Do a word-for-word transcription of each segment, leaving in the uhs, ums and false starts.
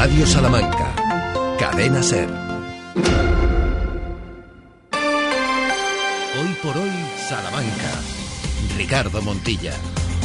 Radio Salamanca, Cadena SER. Hoy por hoy, Salamanca. Ricardo Montilla.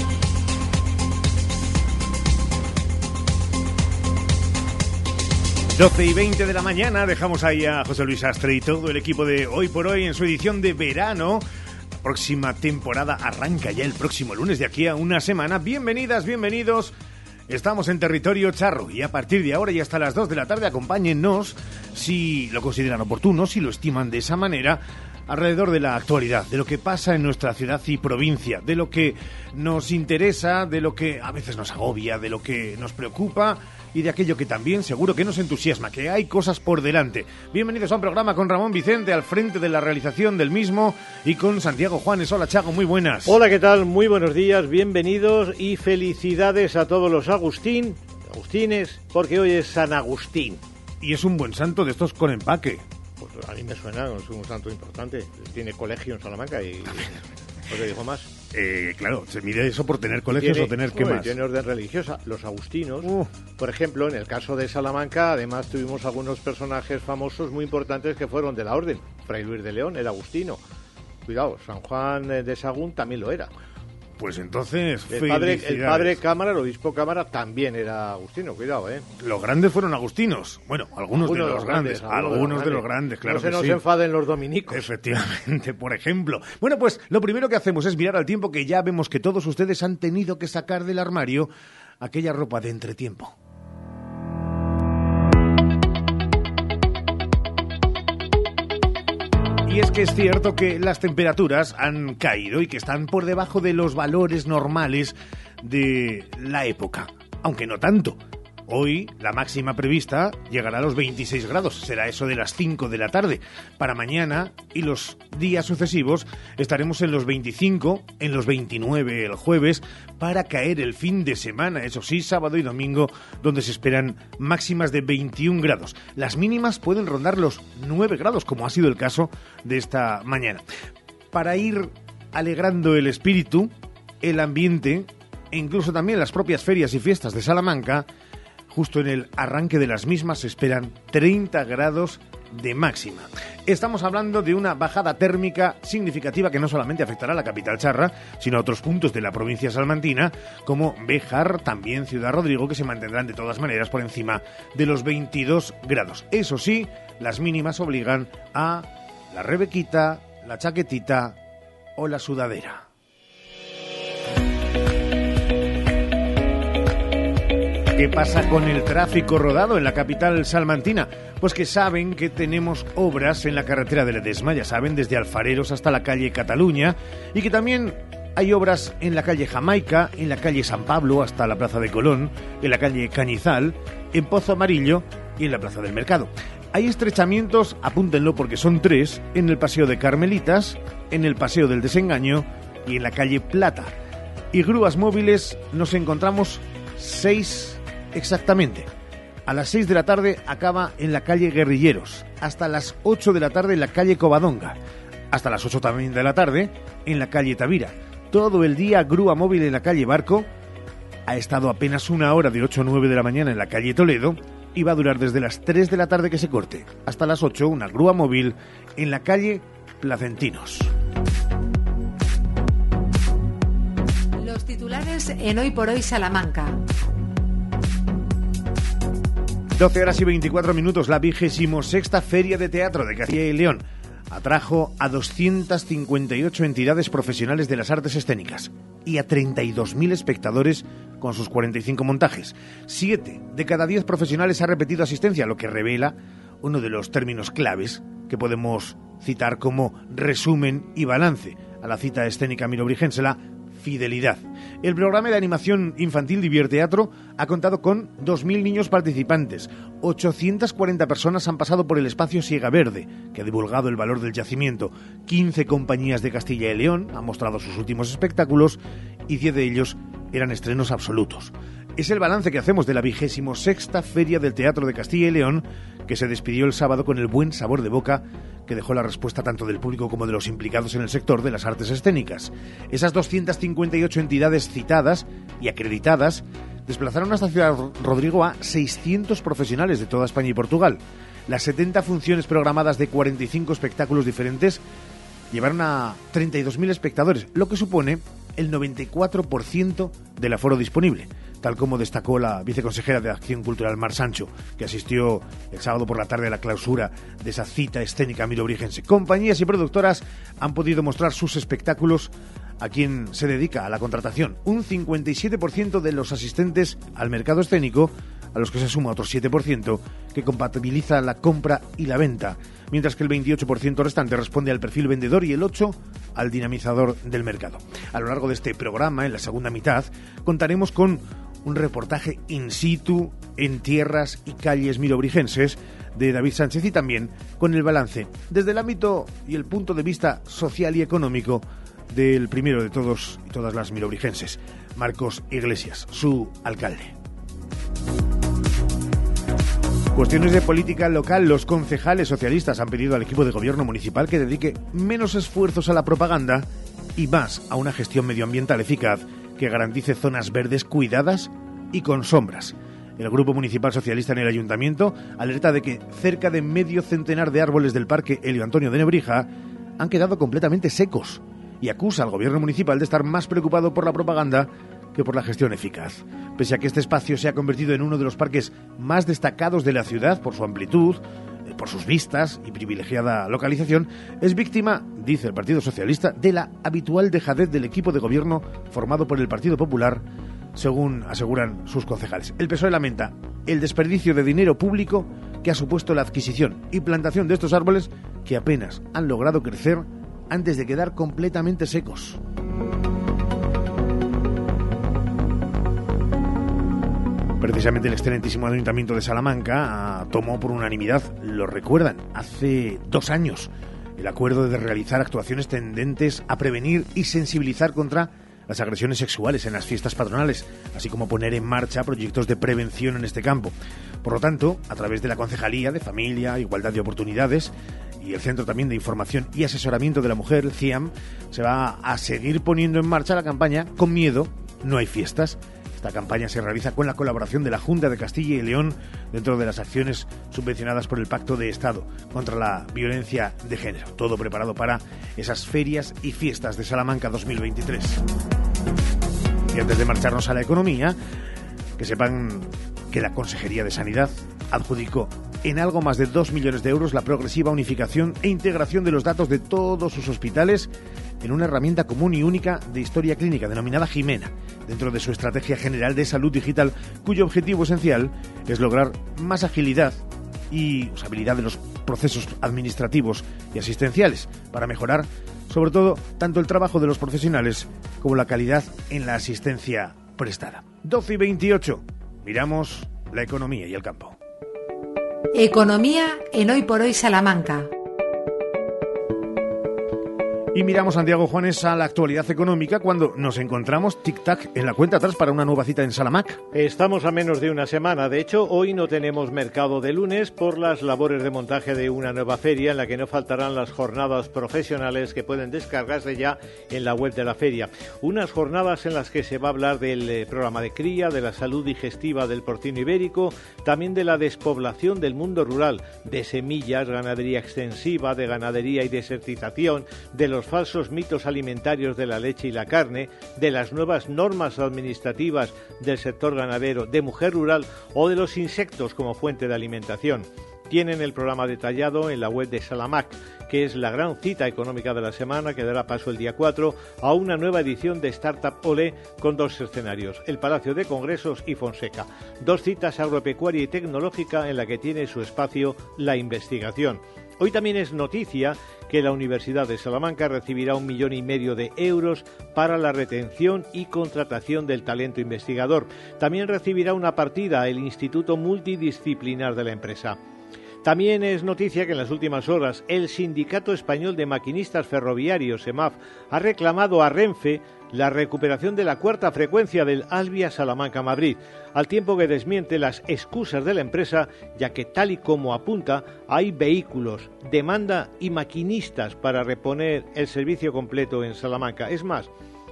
doce y veinte de la mañana, dejamos ahí a José Luis Astre y todo el equipo de Hoy por Hoy en su edición de verano. La próxima temporada arranca ya el próximo lunes, de aquí a una semana. Bienvenidas, bienvenidos. Estamos en territorio charro y a partir de ahora y hasta las dos de la tarde acompáñennos, si lo consideran oportuno, si lo estiman de esa manera, alrededor de la actualidad, de lo que pasa en nuestra ciudad y provincia, de lo que nos interesa, de lo que a veces nos agobia, de lo que nos preocupa y de aquello que también seguro que nos entusiasma, que hay cosas por delante. Bienvenidos a un programa con Ramón Vicente al frente de la realización del mismo y con Santiago Juanes. Hola, Chago, muy buenas. Hola, ¿qué tal? Muy buenos días, bienvenidos y felicidades a todos los Agustín, Agustines, porque hoy es San Agustín. Y es un buen santo de estos con empaque. Pues a mí me suena, es un santo importante. Tiene colegio en Salamanca y... ¿Por qué dijo más? Eh, claro, se mide eso por tener colegios tiene, o tener qué uy, más. Tiene orden religiosa. Los agustinos, uh. por ejemplo, en el caso de Salamanca, además tuvimos algunos personajes famosos muy importantes que fueron de la orden. Fray Luis de León era agustino. Cuidado, San Juan de Sagún también lo era. Pues entonces, el padre, el padre Cámara, el obispo Cámara, también era agustino, cuidado, ¿eh? Los grandes fueron agustinos. Bueno, algunos, algunos de los, los grandes, grandes algunos, algunos de los grandes, claro. No se que nos sí. enfaden los dominicos. Efectivamente, por ejemplo. Bueno, pues lo primero que hacemos es mirar al tiempo, que ya vemos que todos ustedes han tenido que sacar del armario aquella ropa de entretiempo. Y es que es cierto que las temperaturas han caído y que están por debajo de los valores normales de la época, aunque no tanto. Hoy la máxima prevista llegará a los veintiséis grados, será eso de las cinco de la tarde. Para mañana y los días sucesivos estaremos en los veinticinco, en los veintinueve el jueves, para caer el fin de semana, eso sí, sábado y domingo, donde se esperan máximas de veintiún grados. Las mínimas pueden rondar los nueve grados, como ha sido el caso de esta mañana. Para ir alegrando el espíritu, el ambiente e incluso también las propias ferias y fiestas de Salamanca, justo en el arranque de las mismas se esperan treinta grados de máxima. Estamos hablando de una bajada térmica significativa que no solamente afectará a la capital charra, sino a otros puntos de la provincia salmantina, como Béjar, también Ciudad Rodrigo, que se mantendrán de todas maneras por encima de los veintidós grados. Eso sí, las mínimas obligan a la rebequita, la chaquetita o la sudadera. ¿Qué pasa con el tráfico rodado en la capital salmantina? Pues que saben que tenemos obras en la carretera de Ledesma, ya saben, desde Alfareros hasta la calle Cataluña, y que también hay obras en la calle Jamaica, en la calle San Pablo hasta la plaza de Colón, en la calle Cañizal, en Pozo Amarillo y en la plaza del Mercado. Hay estrechamientos, apúntenlo porque son tres, en el paseo de Carmelitas, en el paseo del Desengaño y en la calle Plata. Y grúas móviles nos encontramos seis exactamente. A las seis de la tarde acaba en la calle Guerrilleros, hasta las ocho de la tarde en la calle Covadonga, hasta las ocho también de la tarde en la calle Tavira. Todo el día grúa móvil en la calle Barco. Ha estado apenas una hora de ocho a nueve de la mañana en la calle Toledo y va a durar desde las tres de la tarde que se corte hasta las ocho una grúa móvil en la calle Placentinos. Los titulares en Hoy por Hoy Salamanca. doce horas y veinticuatro minutos, la vigésimo sexta Feria de Teatro de Castilla y León atrajo a doscientas cincuenta y ocho entidades profesionales de las artes escénicas y a treinta y dos mil espectadores con sus cuarenta y cinco montajes. Siete de cada diez profesionales ha repetido asistencia, lo que revela uno de los términos claves que podemos citar como resumen y balance a la cita escénica mirobrigense, la fidelidad. El programa de animación infantil Divierteatro ha contado con dos mil niños participantes. ochocientas cuarenta personas han pasado por el espacio Siega Verde, que ha divulgado el valor del yacimiento. quince compañías de Castilla y León han mostrado sus últimos espectáculos y diez de ellos eran estrenos absolutos. Es el balance que hacemos de la vigésimo sexta Feria del Teatro de Castilla y León, que se despidió el sábado con el buen sabor de boca que dejó la respuesta tanto del público como de los implicados en el sector de las artes escénicas. Esas doscientas cincuenta y ocho entidades citadas y acreditadas desplazaron hasta Ciudad Rodrigo a seiscientos profesionales de toda España y Portugal. Las setenta funciones programadas de cuarenta y cinco espectáculos diferentes llevaron a treinta y dos mil espectadores, lo que supone el noventa y cuatro por ciento del aforo disponible, tal como destacó la viceconsejera de Acción Cultural, Mar Sancho, que asistió el sábado por la tarde a la clausura de esa cita escénica milobrigense. Compañías y productoras han podido mostrar sus espectáculos a quien se dedica a la contratación. Un cincuenta y siete por ciento de los asistentes al mercado escénico, a los que se suma otro siete por ciento que compatibiliza la compra y la venta, mientras que el veintiocho por ciento restante responde al perfil vendedor y el ocho por ciento al dinamizador del mercado. A lo largo de este programa, en la segunda mitad, contaremos con un reportaje in situ en tierras y calles milobrigenses de David Sánchez y también con el balance desde el ámbito y el punto de vista social y económico del primero de todos y todas las milobrigenses, Marcos Iglesias, su alcalde. Cuestiones de política local. Los concejales socialistas han pedido al equipo de gobierno municipal que dedique menos esfuerzos a la propaganda y más a una gestión medioambiental eficaz que garantice zonas verdes cuidadas y con sombras. El Grupo Municipal Socialista en el Ayuntamiento alerta de que cerca de medio centenar de árboles del Parque Elio Antonio de Nebrija han quedado completamente secos y acusa al gobierno municipal de estar más preocupado por la propaganda que por la gestión eficaz. Pese a que este espacio se ha convertido en uno de los parques más destacados de la ciudad por su amplitud, por sus vistas y privilegiada localización, es víctima, dice el Partido Socialista, de la habitual dejadez del equipo de gobierno formado por el Partido Popular, según aseguran sus concejales. El P S O E lamenta el desperdicio de dinero público que ha supuesto la adquisición y plantación de estos árboles que apenas han logrado crecer antes de quedar completamente secos. Precisamente el excelentísimo Ayuntamiento de Salamanca uh, tomó por unanimidad, lo recuerdan, hace dos años, el acuerdo de realizar actuaciones tendentes a prevenir y sensibilizar contra las agresiones sexuales en las fiestas patronales, así como poner en marcha proyectos de prevención en este campo. Por lo tanto, a través de la Concejalía de Familia, Igualdad de Oportunidades y el Centro también de Información y Asesoramiento de la Mujer, el C I A M, se va a seguir poniendo en marcha la campaña Con miedo no hay fiestas. Esta campaña se realiza con la colaboración de la Junta de Castilla y León dentro de las acciones subvencionadas por el Pacto de Estado contra la Violencia de Género. Todo preparado para esas ferias y fiestas de Salamanca dos mil veintitrés. Y antes de marcharnos a la economía, que sepan que la Consejería de Sanidad adjudicó en algo más de dos millones de euros la progresiva unificación e integración de los datos de todos sus hospitales en una herramienta común y única de historia clínica denominada Jimena, dentro de su estrategia general de salud digital, cuyo objetivo esencial es lograr más agilidad y usabilidad de los procesos administrativos y asistenciales para mejorar, sobre todo, tanto el trabajo de los profesionales como la calidad en la asistencia prestada. doce y veintiocho. Miramos la economía y el campo. Economía en Hoy por Hoy Salamanca. Y miramos, Santiago Juanes, a la actualidad económica cuando nos encontramos tic-tac en la cuenta atrás para una nueva cita en Salamac. Estamos a menos de una semana. De hecho, hoy no tenemos mercado de lunes por las labores de montaje de una nueva feria en la que no faltarán las jornadas profesionales que pueden descargarse ya en la web de la feria. Unas jornadas en las que se va a hablar del eh, programa de cría, de la salud digestiva del porcino ibérico, también de la despoblación del mundo rural, de semillas, ganadería extensiva, de ganadería y desertización, de los falsos mitos alimentarios de la leche y la carne, de las nuevas normas administrativas del sector ganadero, de mujer rural o de los insectos como fuente de alimentación. Tienen el programa detallado en la web de Salamac, que es la gran cita económica de la semana que dará paso el día cuatro a una nueva edición de Startup Olé con dos escenarios, el Palacio de Congresos y Fonseca. Dos citas agropecuaria y tecnológica en la que tiene su espacio la investigación. Hoy también es noticia que la Universidad de Salamanca recibirá un millón y medio de euros para la retención y contratación del talento investigador. También recibirá una partida el Instituto Multidisciplinar de la empresa. También es noticia que en las últimas horas el Sindicato Español de Maquinistas Ferroviarios, SEMAF, ha reclamado a Renfe la recuperación de la cuarta frecuencia del Alvia Salamanca-Madrid, al tiempo que desmiente las excusas de la empresa, ya que tal y como apunta, hay vehículos, demanda y maquinistas para reponer el servicio completo en Salamanca. Es más,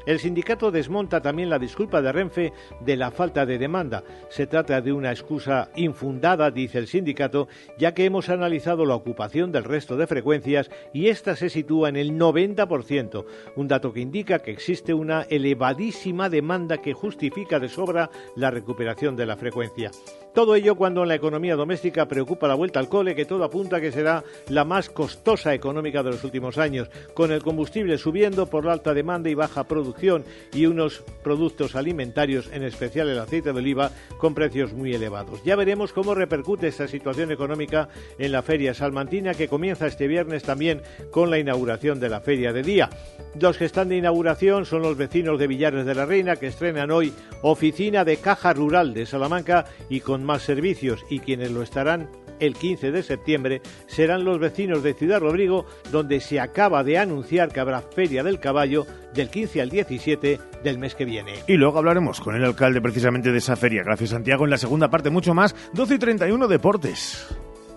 El sindicato desmonta también la disculpa de Renfe de la falta de demanda. Se trata de una excusa infundada, dice el sindicato, ya que hemos analizado la ocupación del resto de frecuencias y esta se sitúa en el noventa por ciento, un dato que indica que existe una elevadísima demanda que justifica de sobra la recuperación de la frecuencia. Todo ello cuando en la economía doméstica preocupa la vuelta al cole, que todo apunta a que será la más costosa económica de los últimos años, con el combustible subiendo por la alta demanda y baja producción y unos productos alimentarios, en especial el aceite de oliva, con precios muy elevados. Ya veremos cómo repercute esta situación económica en la Feria Salmantina, que comienza este viernes también con la inauguración de la Feria de Día. Los que están de inauguración son los vecinos de Villares de la Reina, que estrenan hoy oficina de Caja Rural de Salamanca y con más servicios, y quienes lo estarán el quince de septiembre serán los vecinos de Ciudad Rodrigo, donde se acaba de anunciar que habrá Feria del Caballo del quince al diecisiete del mes que viene. Y luego hablaremos con el alcalde precisamente de esa feria. Gracias, Santiago. En la segunda parte mucho más. doce y treinta y uno Deportes.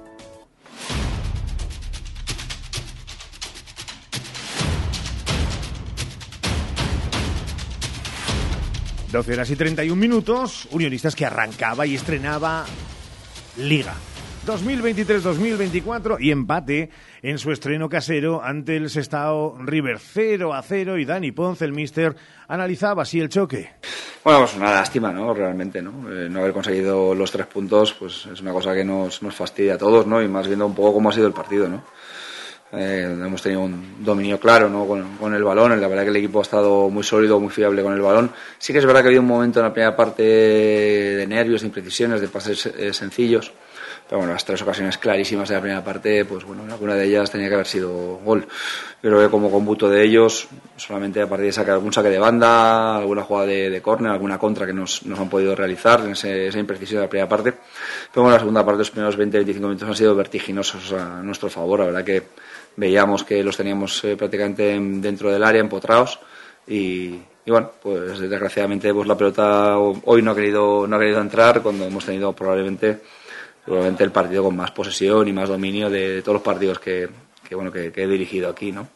doce horas y treinta y un minutos, Unionistas que arrancaba y estrenaba Liga dos mil veintitrés dos mil veinticuatro y empate en su estreno casero ante el Sestao River cero a cero, y Dani Ponce, el míster, analizaba así el choque. Bueno, pues una lástima, ¿no? Realmente, ¿no? Eh, no haber conseguido los tres puntos, pues es una cosa que nos, nos fastidia a todos, ¿no? Y más viendo un poco cómo ha sido el partido, ¿no? Eh, hemos tenido un dominio claro, ¿no? con, con el balón. La verdad que el equipo ha estado muy sólido, muy fiable con el balón. Sí que es verdad que ha habido un momento en la primera parte de nervios, de imprecisiones, de pases eh, sencillos, pero bueno, las tres ocasiones clarísimas de la primera parte, pues bueno, alguna de ellas tenía que haber sido gol. Creo que como cómputo de ellos, solamente a partir de sacar algún saque de banda, alguna jugada de, de córner, alguna contra que nos, nos han podido realizar en ese, esa imprecisión de la primera parte. Pero bueno, la segunda parte, los primeros veinte a veinticinco minutos han sido vertiginosos a nuestro favor. La verdad que veíamos que los teníamos eh, prácticamente dentro del área, empotrados, y, y bueno, pues desgraciadamente pues la pelota hoy no ha querido no ha querido entrar, cuando hemos tenido probablemente probablemente el partido con más posesión y más dominio de, de todos los partidos que, que bueno que, que he dirigido aquí, ¿no?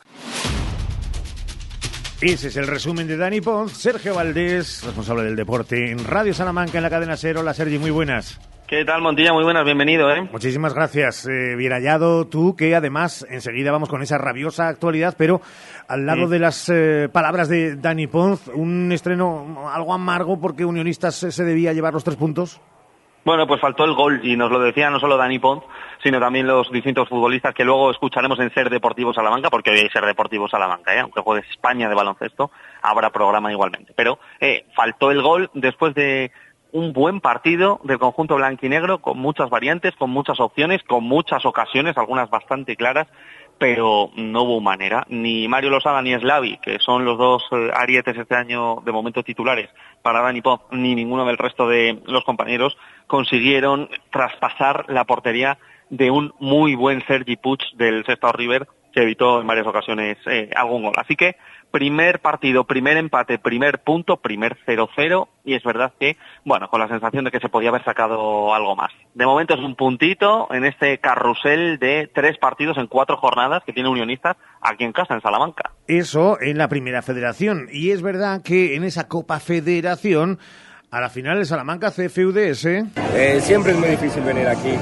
Ese es el resumen de Dani Ponce. Sergio Valdés, responsable del deporte en Radio Salamanca, en la cadena SER. Hola, Sergi, muy buenas. ¿Qué tal, Montilla? Muy buenas, bienvenido, ¿eh? Muchísimas gracias. Eh, bien hallado tú, que además enseguida vamos con esa rabiosa actualidad, pero al lado sí. de las eh, palabras de Dani Ponce, un estreno algo amargo porque Unionistas se debía llevar los tres puntos. Bueno, pues faltó el gol, y nos lo decía no solo Dani Ponce, sino también los distintos futbolistas que luego escucharemos en Ser Deportivo Salamanca, porque hoy hay Ser Deportivo Salamanca, ¿eh? Aunque juegue España de baloncesto, habrá programa igualmente. Pero eh, faltó el gol después de un buen partido del conjunto blanquinegro, con muchas variantes, con muchas opciones, con muchas ocasiones, algunas bastante claras, pero no hubo manera. Ni Mario Losada ni Slavi, que son los dos eh, arietes este año de momento titulares para Dani Ponce, ni ninguno del resto de los compañeros consiguieron traspasar la portería de un muy buen Sergi Puig del Sestao River, que evitó en varias ocasiones eh, algún gol. Así que primer partido, primer empate, primer punto, primer cero cero, y es verdad que, bueno, con la sensación de que se podía haber sacado algo más. De momento es un puntito en este carrusel de tres partidos en cuatro jornadas que tiene Unionistas aquí en casa, en Salamanca. Eso en la Primera Federación, y es verdad que en esa Copa Federación, a la final el Salamanca C F U D S... Eh, siempre es muy difícil venir aquí.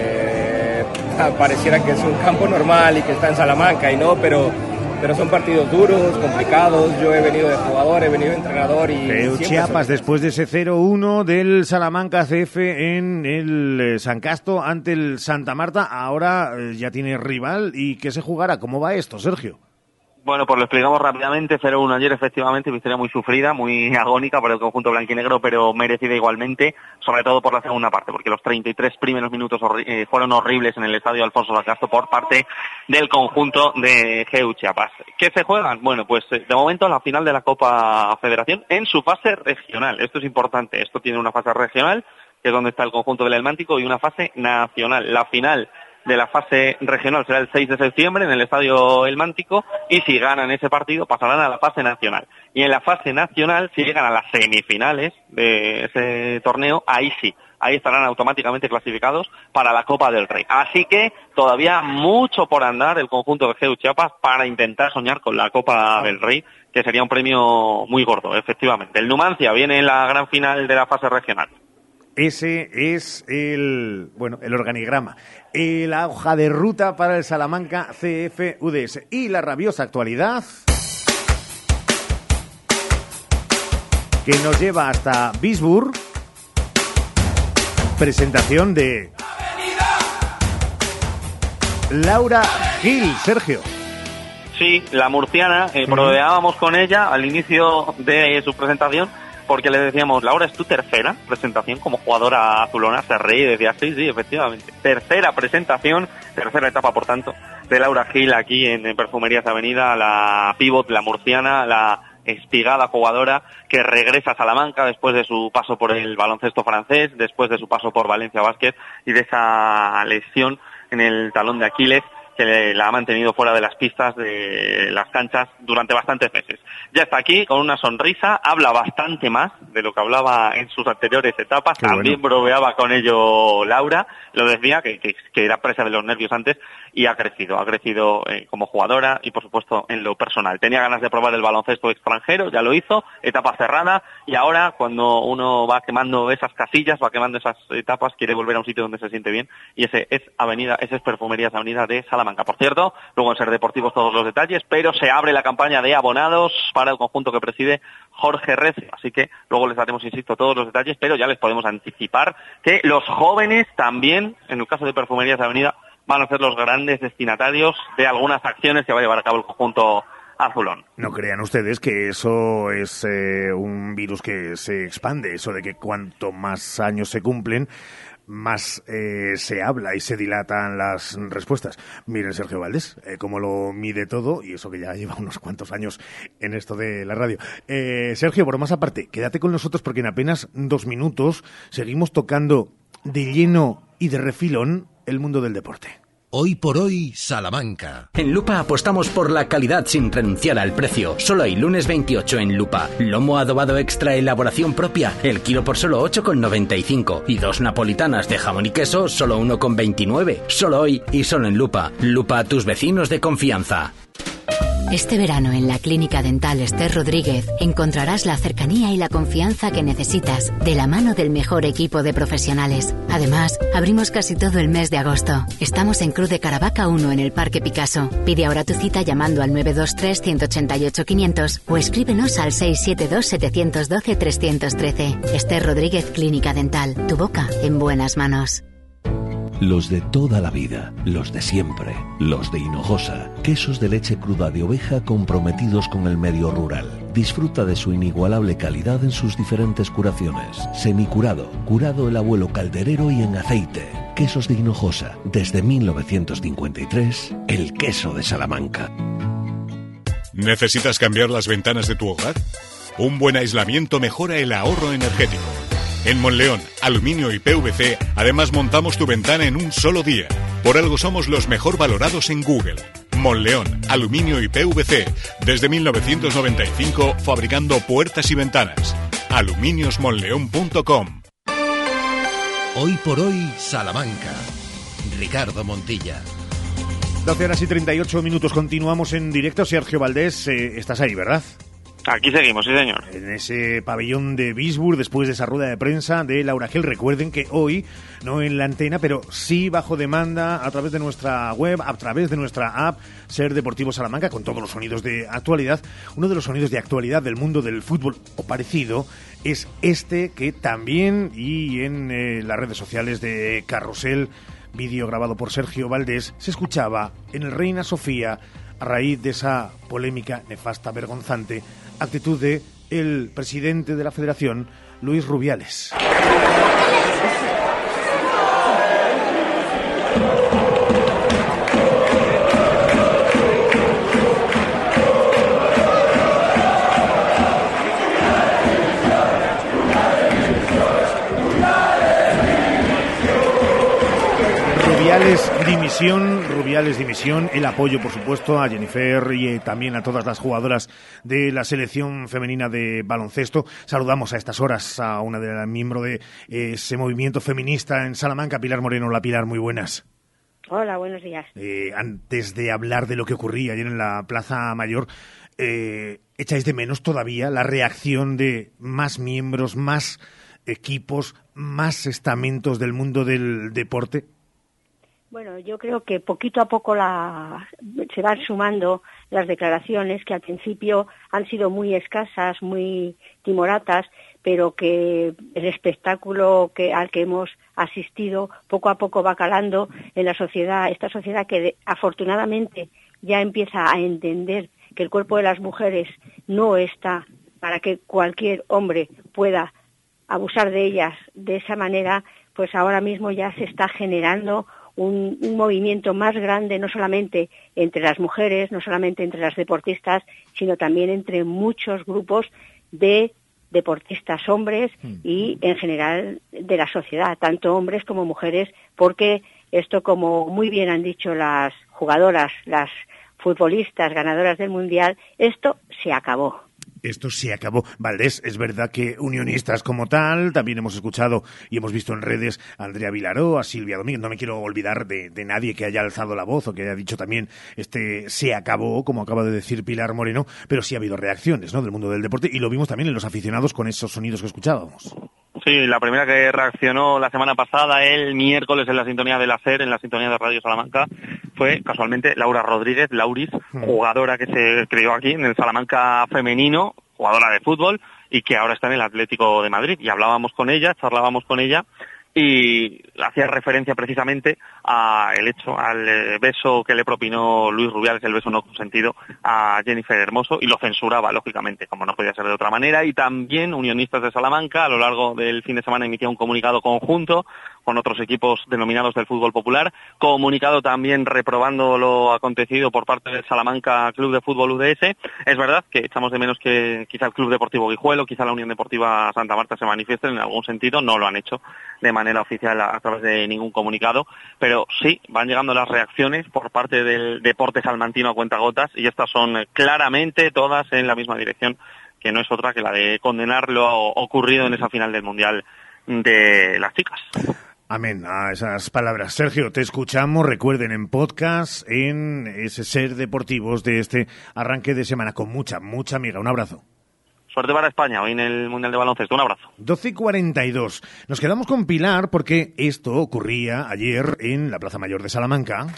Eh, pareciera que es un campo normal y que está en Salamanca, y no, pero... Pero son partidos duros, complicados. Yo he venido de jugador, he venido de entrenador y... Pero Chiapas, después de ese cero uno del Salamanca C F en el San Casto ante el Santa Marta, ahora ya tiene rival. ¿Y qué se jugará? ¿Cómo va esto, Sergio? Bueno, pues lo explicamos rápidamente. cero uno ayer, efectivamente, victoria muy sufrida, muy agónica para el conjunto blanquinegro, pero merecida igualmente, sobre todo por la segunda parte, porque los treinta y tres primeros minutos horri- eh, fueron horribles en el estadio Alfonso Lacasto por parte del conjunto de G U Chiapas. ¿Qué se juegan? Bueno, pues de momento la final de la Copa Federación en su fase regional. Esto es importante. Esto tiene una fase regional, que es donde está el conjunto del Elmántico, y una fase nacional. La final de la fase regional será el seis de septiembre en el Estadio El Mántico, y si ganan ese partido pasarán a la fase nacional. Y en la fase nacional, si llegan a las semifinales de ese torneo, ahí sí, ahí estarán automáticamente clasificados para la Copa del Rey. Así que todavía mucho por andar el conjunto de G U Chiapas para intentar soñar con la Copa del Rey, que sería un premio muy gordo, efectivamente. El Numancia viene en la gran final de la fase regional. Ese es el, bueno, el organigrama, eh, la hoja de ruta para el Salamanca C F U D S. Y la rabiosa actualidad que nos lleva hasta Bisburg. Presentación de Laura Gil, Sergio. Sí, la murciana, eh, bromeábamos con ella al inicio de su presentación, porque le decíamos, Laura, ¿es tu tercera presentación como jugadora azulona? Se reí y decía, sí, sí, efectivamente. Tercera presentación, tercera etapa, por tanto, de Laura Gil aquí en, en Perfumerías Avenida, la pívot, la murciana, la espigada jugadora que regresa a Salamanca después de su paso por el baloncesto francés, después de su paso por Valencia Basket y de esa lesión en el talón de Aquiles que la ha mantenido fuera de las pistas de las canchas durante bastantes meses. Ya está aquí con una sonrisa, habla bastante más de lo que hablaba en sus anteriores etapas. Qué También bueno. bromeaba con ello Laura, lo decía, que, que, que era presa de los nervios antes, y ha crecido, ha crecido eh, como jugadora y por supuesto en lo personal. Tenía ganas de probar el baloncesto extranjero, ya lo hizo, etapa cerrada, y ahora cuando uno va quemando esas casillas, va quemando esas etapas, quiere volver a un sitio donde se siente bien, y ese es Avenida, ese es Perfumerías Avenida de Salamanca. Por cierto, luego en Ser Deportivos todos los detalles, pero se abre la campaña de abonados para el conjunto que preside Jorge Rece, así que luego les daremos, insisto, todos los detalles, pero ya les podemos anticipar que los jóvenes también, en el caso de Perfumerías Avenida, van a ser los grandes destinatarios de algunas acciones que va a llevar a cabo el conjunto azulón. No crean ustedes que eso es eh, un virus que se expande, eso de que cuanto más años se cumplen, más eh, se habla y se dilatan las respuestas. Miren Sergio Valdés, eh, cómo lo mide todo, y eso que ya lleva unos cuantos años en esto de la radio. Eh, Sergio, por más aparte, quédate con nosotros porque en apenas dos minutos seguimos tocando de lleno y de refilón el mundo del deporte. Hoy por hoy, Salamanca. En Lupa apostamos por la calidad sin renunciar al precio. Solo hay lunes veintiocho en Lupa. Lomo adobado extra elaboración propia, el kilo por solo ocho con noventa y cinco. Y dos napolitanas de jamón y queso, solo uno con veintinueve. Solo hoy y solo en Lupa. Lupa, tus vecinos de confianza. Este verano en la Clínica Dental Esther Rodríguez encontrarás la cercanía y la confianza que necesitas de la mano del mejor equipo de profesionales. Además, abrimos casi todo el mes de agosto. Estamos en Cruz de Caravaca uno en el Parque Picasso. Pide ahora tu cita llamando al nueve dos tres, uno ocho ocho, quinientos o escríbenos al seis siete dos, siete uno dos, tres uno tres. Esther Rodríguez Clínica Dental. Tu boca en buenas manos. Los de toda la vida, los de siempre, los de Hinojosa, quesos de leche cruda de oveja comprometidos con el medio rural. Disfruta de su inigualable calidad en sus diferentes curaciones. Semicurado, curado el abuelo calderero y en aceite. Quesos de Hinojosa, desde mil novecientos cincuenta y tres, el queso de Salamanca. ¿Necesitas cambiar las ventanas de tu hogar? Un buen aislamiento mejora el ahorro energético. En Monleón, Aluminio y P V C, además montamos tu ventana en un solo día. Por algo somos los mejor valorados en Google. Monleón, Aluminio y P V C, desde mil novecientos noventa y cinco, fabricando puertas y ventanas. aluminios monleón punto com. Hoy por hoy, Salamanca. Ricardo Montilla. doce horas y treinta y ocho minutos, continuamos en directo. Sergio Valdés, eh, estás ahí, ¿verdad? Aquí seguimos, sí señor. En ese pabellón de Bisburg, después de esa rueda de prensa de Laura Gil. Recuerden que hoy, no en la antena, pero sí bajo demanda, a través de nuestra web, a través de nuestra app, Ser Deportivo Salamanca, con todos los sonidos de actualidad. Uno de los sonidos de actualidad del mundo del fútbol, o parecido, es este que también, y en eh, las redes sociales de Carrusel, vídeo grabado por Sergio Valdés, se escuchaba en el Reina Sofía a raíz de esa polémica, nefasta, vergonzante actitud de el presidente de la Federación, Luis Rubiales. Rubiales dimisión, Rubiales dimisión, el apoyo por supuesto a Jennifer y eh, también a todas las jugadoras de la selección femenina de baloncesto. Saludamos a estas horas a una de las miembros de eh, ese movimiento feminista en Salamanca, Pilar Moreno. Hola Pilar, muy buenas. Hola, buenos días. Eh, antes de hablar de lo que ocurría ayer en la Plaza Mayor, eh, ¿echáis de menos todavía la reacción de más miembros, más equipos, más estamentos del mundo del deporte? Bueno, yo creo que poquito a poco la, se van sumando las declaraciones que al principio han sido muy escasas, muy timoratas, pero que el espectáculo que, al que hemos asistido poco a poco va calando en la sociedad, esta sociedad que de, afortunadamente ya empieza a entender que el cuerpo de las mujeres no está para que cualquier hombre pueda abusar de ellas de esa manera. Pues ahora mismo ya se está generando Un, un movimiento más grande, no solamente entre las mujeres, no solamente entre las deportistas, sino también entre muchos grupos de deportistas hombres y en general de la sociedad, tanto hombres como mujeres, porque esto, como muy bien han dicho las jugadoras, las futbolistas ganadoras del Mundial, esto se acabó. Esto se acabó. Valdés, es verdad que unionistas como tal, también hemos escuchado y hemos visto en redes a Andrea Vilaró, a Silvia Domínguez, no me quiero olvidar de, de nadie que haya alzado la voz o que haya dicho también este se acabó, como acaba de decir Pilar Moreno, pero sí ha habido reacciones, ¿no?, del mundo del deporte, y lo vimos también en los aficionados con esos sonidos que escuchábamos. Sí, la primera que reaccionó la semana pasada, el miércoles en la sintonía de la SER, en la sintonía de Radio Salamanca, fue casualmente Laura Rodríguez, Lauris, jugadora que se creó aquí en el Salamanca femenino, jugadora de fútbol, y que ahora está en el Atlético de Madrid. Y hablábamos con ella, charlábamos con ella, y hacía referencia precisamente al hecho, al beso que le propinó Luis Rubiales, el beso no consentido, a Jennifer Hermoso, y lo censuraba, lógicamente, como no podía ser de otra manera. Y también unionistas de Salamanca, a lo largo del fin de semana, emitía un comunicado conjunto con otros equipos denominados del fútbol popular, comunicado también reprobando lo acontecido por parte del Salamanca Club de Fútbol U D S. Es verdad que echamos de menos que quizá el Club Deportivo Guijuelo, quizá la Unión Deportiva Santa Marta se manifiesten en algún sentido, no lo han hecho de manera oficial a, a través de ningún comunicado, pero sí van llegando las reacciones por parte del deporte salmantino a cuentagotas, y estas son claramente todas en la misma dirección, que no es otra que la de condenar lo ocurrido en esa final del Mundial de las chicas. Amén a esas palabras. Sergio, te escuchamos, recuerden, en podcast, en ese Ser Deportivos de este arranque de semana, con mucha, mucha amiga. Un abrazo. Suerte para España hoy en el Mundial de Baloncesto. Un abrazo. doce y cuarenta y dos. Nos quedamos con Pilar porque esto ocurría ayer en la Plaza Mayor de Salamanca.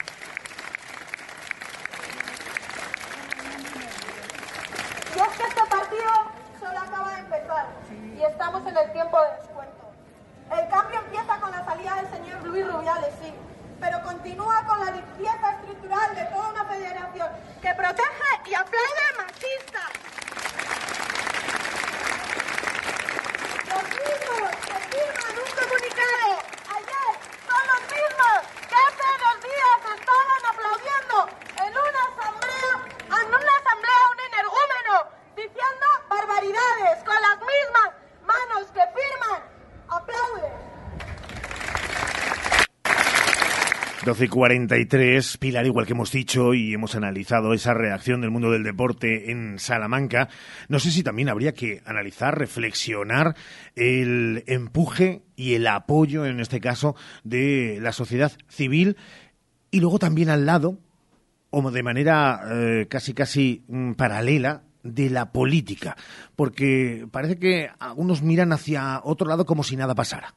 Y es que este partido solo acaba de empezar y estamos en el tiempo de descuento. El cambio empieza con la salida del señor Luis Rubiales, sí, pero continúa con la limpieza estructural de toda una federación que protege y aplaude machistas. Los mismos que firman un comunicado ayer son los mismos que hace dos días estaban aplaudiendo en una asamblea, en una asamblea un energúmeno, diciendo barbaridades con las mismas manos que firman. ¡Aplaude! doce y cuarenta y tres, Pilar, igual que hemos dicho y hemos analizado esa reacción del mundo del deporte en Salamanca, no sé si también habría que analizar, reflexionar el empuje y el apoyo, en este caso, de la sociedad civil, y luego también al lado, o de manera eh, casi casi mm, paralela, de la política, porque parece que algunos miran hacia otro lado como si nada pasara.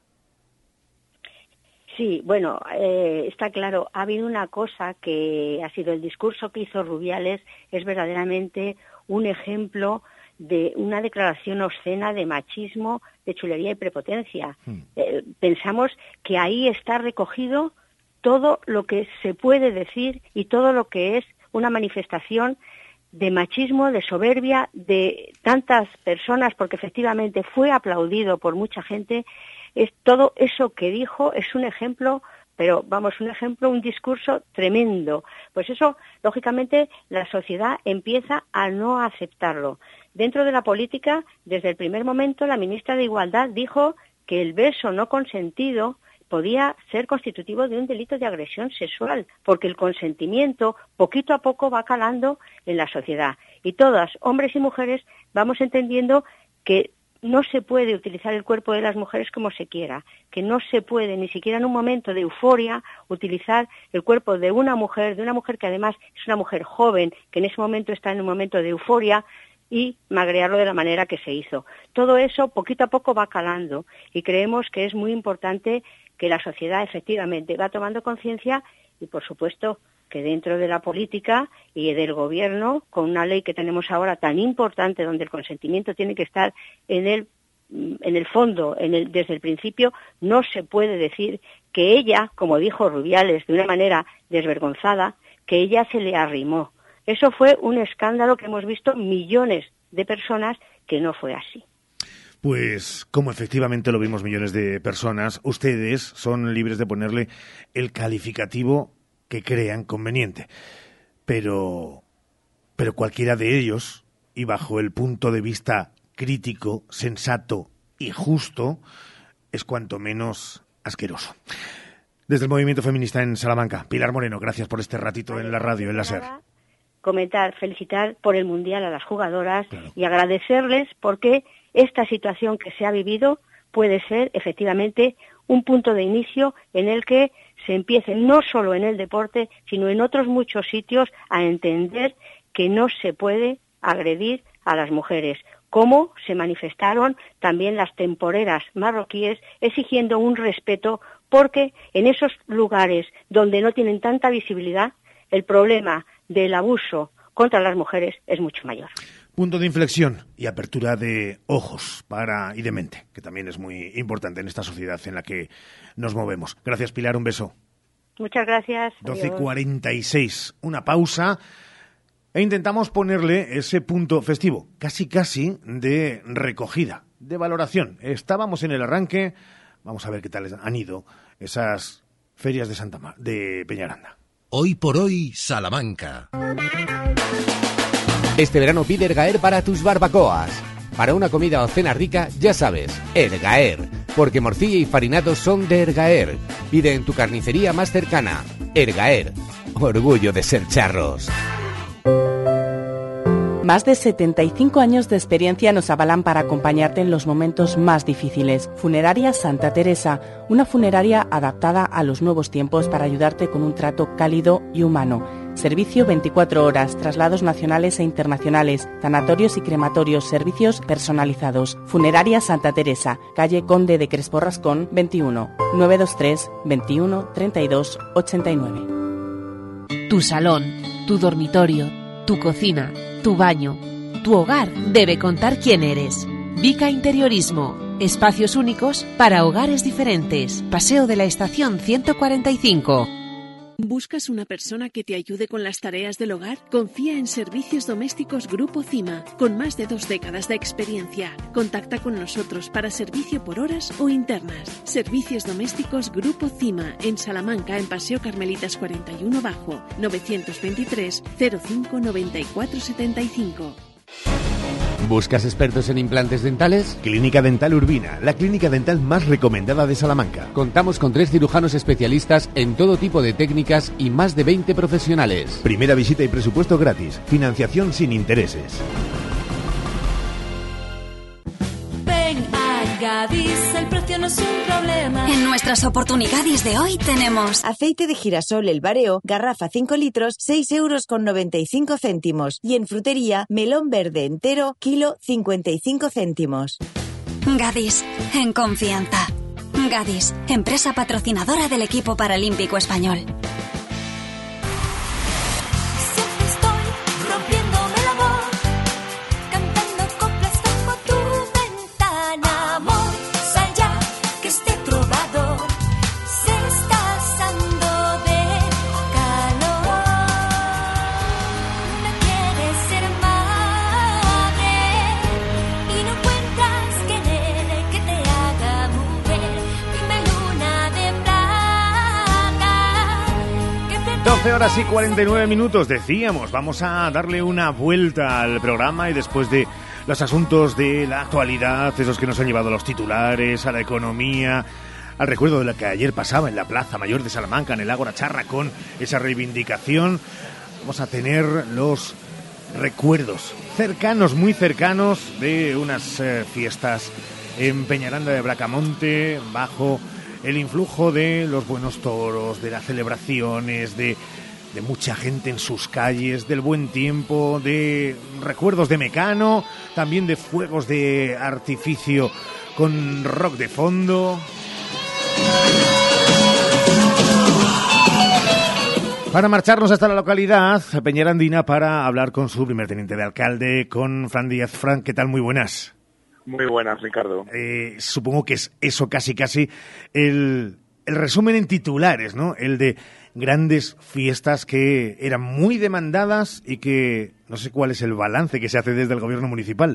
Sí, bueno, eh, está claro, ha habido una cosa que ha sido el discurso que hizo Rubiales, es verdaderamente un ejemplo de una declaración obscena de machismo, de chulería y prepotencia. Mm. Eh, pensamos que ahí está recogido todo lo que se puede decir y todo lo que es una manifestación de machismo, de soberbia, de tantas personas, porque efectivamente fue aplaudido por mucha gente. Es todo eso que dijo es un ejemplo, pero vamos, un ejemplo, un discurso tremendo. Pues eso, lógicamente, la sociedad empieza a no aceptarlo. Dentro de la política, desde el primer momento, la ministra de Igualdad dijo que el beso no consentido podía ser constitutivo de un delito de agresión sexual, porque el consentimiento poquito a poco va calando en la sociedad. Y todas, hombres y mujeres, vamos entendiendo que no se puede utilizar el cuerpo de las mujeres como se quiera, que no se puede ni siquiera en un momento de euforia utilizar el cuerpo de una mujer, de una mujer que además es una mujer joven, que en ese momento está en un momento de euforia, y magrearlo de la manera que se hizo. Todo eso poquito a poco va calando y creemos que es muy importante que la sociedad efectivamente va tomando conciencia y, por supuesto, que dentro de la política y del gobierno, con una ley que tenemos ahora tan importante donde el consentimiento tiene que estar en el en el fondo, en el, desde el principio, no se puede decir que ella, como dijo Rubiales de una manera desvergonzada, que ella se le arrimó. Eso fue un escándalo que hemos visto millones de personas que no fue así. Pues, como efectivamente lo vimos millones de personas, ustedes son libres de ponerle el calificativo que crean conveniente. Pero, pero cualquiera de ellos, y bajo el punto de vista crítico, sensato y justo, es cuanto menos asqueroso. Desde el Movimiento Feminista en Salamanca, Pilar Moreno, gracias por este ratito en la radio, en la SER. Comentar, felicitar por el Mundial a las jugadoras, claro, y agradecerles porque esta situación que se ha vivido puede ser efectivamente un punto de inicio en el que se empiece no solo en el deporte, sino en otros muchos sitios a entender que no se puede agredir a las mujeres, como se manifestaron también las temporeras marroquíes exigiendo un respeto, porque en esos lugares donde no tienen tanta visibilidad, el problema del abuso contra las mujeres es mucho mayor. Punto de inflexión y apertura de ojos para y de mente, que también es muy importante en esta sociedad en la que nos movemos. Gracias, Pilar, un beso. Muchas gracias. doce cuarenta y seis, una pausa e intentamos ponerle ese punto festivo, casi casi de recogida, de valoración. Estábamos en el arranque, vamos a ver qué tal han ido esas ferias de Santa Mar, de Peñaranda. Hoy por hoy, Salamanca. Este verano pide Ergaer para tus barbacoas. Para una comida o cena rica, ya sabes, Ergaer. Porque morcilla y farinado son de Ergaer. Pide en tu carnicería más cercana. Ergaer. Orgullo de ser charros. Más de setenta y cinco años de experiencia nos avalan para acompañarte en los momentos más difíciles. Funeraria Santa Teresa, una funeraria adaptada a los nuevos tiempos para ayudarte con un trato cálido y humano. Servicio veinticuatro horas, traslados nacionales e internacionales, tanatorios y crematorios, servicios personalizados. Funeraria Santa Teresa, calle Conde de Crespo Rascón, veintiuno, nueve dos tres, veintiuno, treinta y dos, ochenta y nueve. Tu salón, tu dormitorio, tu cocina, tu baño, tu hogar debe contar quién eres. Vica Interiorismo, espacios únicos para hogares diferentes. Paseo de la Estación ciento cuarenta y cinco. ¿Buscas una persona que te ayude con las tareas del hogar? Confía en Servicios Domésticos Grupo Cima, con más de dos décadas de experiencia. Contacta con nosotros para servicio por horas o internas. Servicios Domésticos Grupo Cima, en Salamanca, en Paseo Carmelitas cuarenta y uno Bajo, novecientos veintitrés, cero cinco, noventa y cuatro, setenta y cinco. ¿Buscas expertos en implantes dentales? Clínica Dental Urbina, la clínica dental más recomendada de Salamanca. Contamos con tres cirujanos especialistas en todo tipo de técnicas y más de veinte profesionales. Primera visita y presupuesto gratis. Financiación sin intereses. Ven a Gadis, el precio no es un problema. En nuestras oportunidades de hoy tenemos aceite de girasol El Bareo, garrafa cinco litros, seis euros con noventa y cinco céntimos. Y en frutería, melón verde entero, kilo cincuenta y cinco céntimos. Gadis, en confianza. Gadis, empresa patrocinadora del equipo paralímpico español. doce horas y cuarenta y nueve minutos, decíamos, vamos a darle una vuelta al programa y después de los asuntos de la actualidad, esos que nos han llevado a los titulares, a la economía, al recuerdo de lo que ayer pasaba en la Plaza Mayor de Salamanca, en el Ágora Charra, con esa reivindicación. Vamos a tener los recuerdos cercanos, muy cercanos, de unas eh, fiestas en Peñaranda de Bracamonte, bajo el influjo de los buenos toros, de las celebraciones, de, de mucha gente en sus calles, del buen tiempo, de recuerdos de Mecano, también de fuegos de artificio con rock de fondo. Para marcharnos hasta la localidad peñarandina para hablar con su primer teniente de alcalde, con Fran Díaz. Fran, ¿qué tal? Muy buenas. Muy buenas, Ricardo. Eh, supongo que es eso casi casi el, el resumen en titulares, ¿no? El de grandes fiestas que eran muy demandadas y que no sé cuál es el balance que se hace desde el gobierno municipal.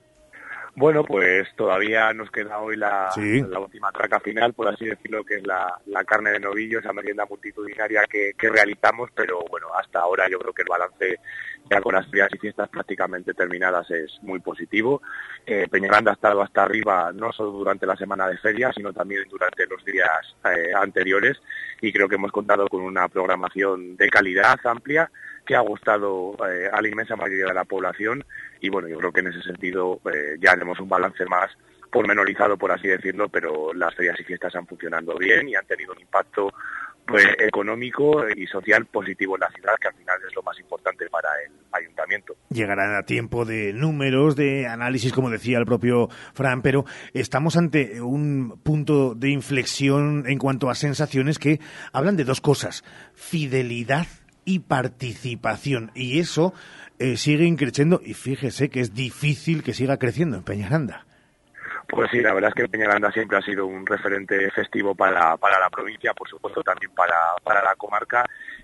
Bueno, pues todavía nos queda hoy la, sí. la última traca final, por así decirlo, que es la, la carne de novillo, esa merienda multitudinaria que, que realizamos, pero bueno, hasta ahora yo creo que el balance ya con las ferias y fiestas prácticamente terminadas es muy positivo. Eh, Peñaranda ha estado hasta arriba no solo durante la semana de feria, sino también durante los días eh, anteriores, y creo que hemos contado con una programación de calidad amplia que ha gustado eh, a la inmensa mayoría de la población, y bueno, yo creo que en ese sentido eh, ya tenemos un balance más pormenorizado, por así decirlo, pero las ferias y fiestas han funcionado bien y han tenido un impacto pues, económico y social positivo en la ciudad, que al final es lo más importante para el ayuntamiento. Llegarán a tiempo de números, de análisis, como decía el propio Fran, pero estamos ante un punto de inflexión en cuanto a sensaciones que hablan de dos cosas: fidelidad y participación, y eso eh, sigue creciendo, y fíjese que es difícil que siga creciendo en Peñaranda. Pues sí, la verdad es que Peñaranda siempre ha sido un referente festivo para, para la provincia, por supuesto también para, para la comarca,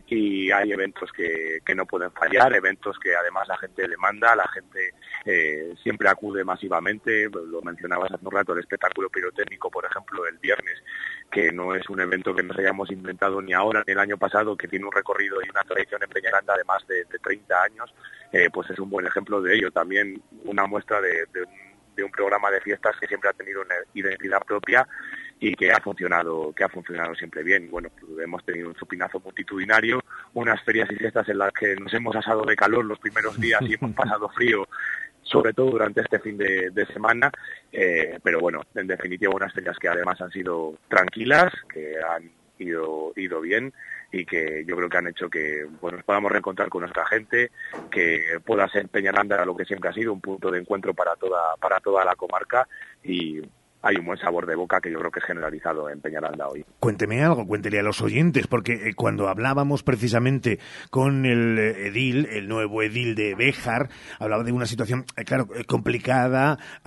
y hay eventos que, que no pueden fallar, eventos que además la gente demanda, la gente eh, siempre acude masivamente. Lo mencionabas hace un rato, el espectáculo pirotécnico, por ejemplo, el viernes, que no es un evento que nos hayamos inventado ni ahora ni el año pasado, que tiene un recorrido y una tradición en Peñaranda de más de, de treinta años, eh, pues es un buen ejemplo de ello. También una muestra de, de, de un programa de fiestas que siempre ha tenido una identidad propia y que ha funcionado que ha funcionado siempre bien. Bueno, pues hemos tenido un chupinazo multitudinario, unas ferias y fiestas en las que nos hemos asado de calor los primeros días y hemos pasado frío, sobre todo durante este fin de, de semana, eh, pero bueno, en definitiva unas ferias que además han sido tranquilas, que han ido, ido bien, y que yo creo que han hecho que pues, nos podamos reencontrar con nuestra gente, que pueda ser Peñaranda lo que siempre ha sido, un punto de encuentro para toda, para toda la comarca, y hay un buen sabor de boca que yo creo que es generalizado en Peñaranda hoy. Cuénteme algo, cuéntele a los oyentes, porque eh, cuando hablábamos precisamente con el eh, edil, el nuevo edil de Béjar, hablaba de una situación, eh, claro, eh, complicada eh,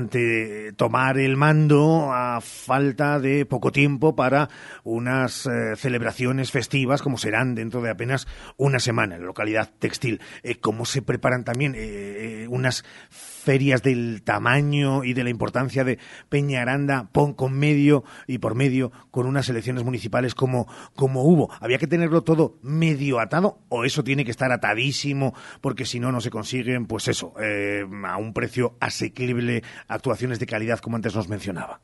ante tomar el mando a falta de poco tiempo para unas eh, celebraciones festivas como serán dentro de apenas una semana en la localidad textil. Eh, ¿Cómo se preparan también eh, eh, unas ferias del tamaño y de la importancia de Peñaranda pon con medio y por medio con unas elecciones municipales como, como hubo? ¿Había que tenerlo todo medio atado o eso tiene que estar atadísimo porque si no, no se consiguen, pues eso, eh, a un precio asequible, actuaciones de calidad como antes nos mencionaba?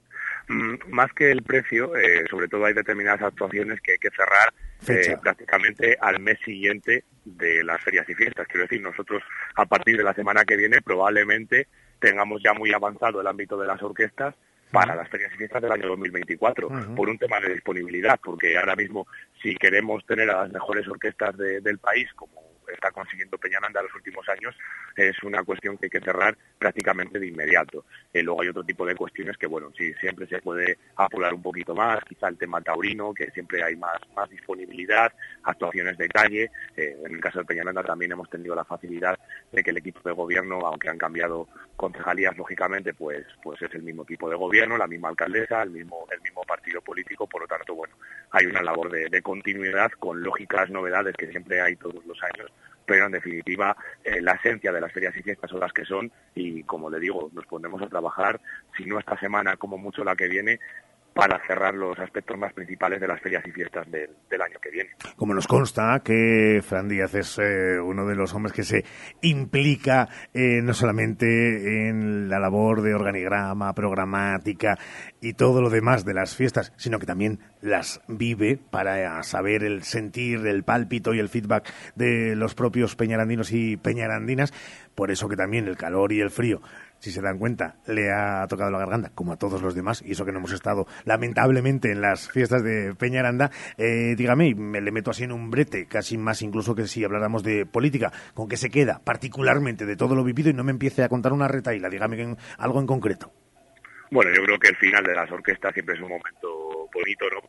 Más que el precio, eh, sobre todo hay determinadas actuaciones que hay que cerrar eh, prácticamente al mes siguiente de las ferias y fiestas. Quiero decir, nosotros a partir de la semana que viene probablemente tengamos ya muy avanzado el ámbito de las orquestas para las ferias y fiestas del año dos mil veinticuatro, uh-huh. por un tema de disponibilidad, porque ahora mismo si queremos tener a las mejores orquestas de, del país, como está consiguiendo Peñaranda en los últimos años, es una cuestión que hay que cerrar prácticamente de inmediato. Eh, luego hay otro tipo de cuestiones que, bueno, sí, siempre se puede apurar un poquito más, quizá el tema taurino, que siempre hay más, más disponibilidad, actuaciones de calle. Eh, en el caso de Peñaranda también hemos tenido la facilidad de que el equipo de gobierno, aunque han cambiado concejalías, lógicamente, pues, pues es el mismo equipo de gobierno, la misma alcaldesa, el mismo, el mismo partido político, por lo tanto, bueno, hay una labor de, de continuidad con lógicas novedades que siempre hay todos los años, pero en definitiva eh, la esencia de las ferias y fiestas son las que son y, como le digo, nos ponemos a trabajar, si no esta semana, como mucho la que viene, para cerrar los aspectos más principales de las ferias y fiestas del, del año que viene. Como nos consta que Fran Díaz es eh, uno de los hombres que se implica eh, no solamente en la labor de organigrama, programática y todo lo demás de las fiestas, sino que también las vive para saber el sentir, el pálpito y el feedback de los propios peñarandinos y peñarandinas. Por eso que también el calor y el frío, si se dan cuenta, le ha tocado la garganta, como a todos los demás, y eso que no hemos estado, lamentablemente, en las fiestas de Peñaranda. Eh, dígame, me le meto así en un brete, casi más incluso que si habláramos de política, ¿con qué se queda particularmente de todo lo vivido? Y no me empiece a contar una retaíla, dígame en, algo en concreto. Bueno, yo creo que el final de las orquestas siempre es un momento bonito, ¿no?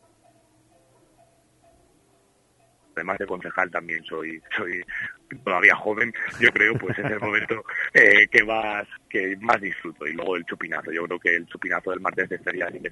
Además de concejal también soy soy todavía joven, yo creo, pues es el momento eh, que más que más disfruto. Y luego el chupinazo, yo creo que el chupinazo del martes de ferias y de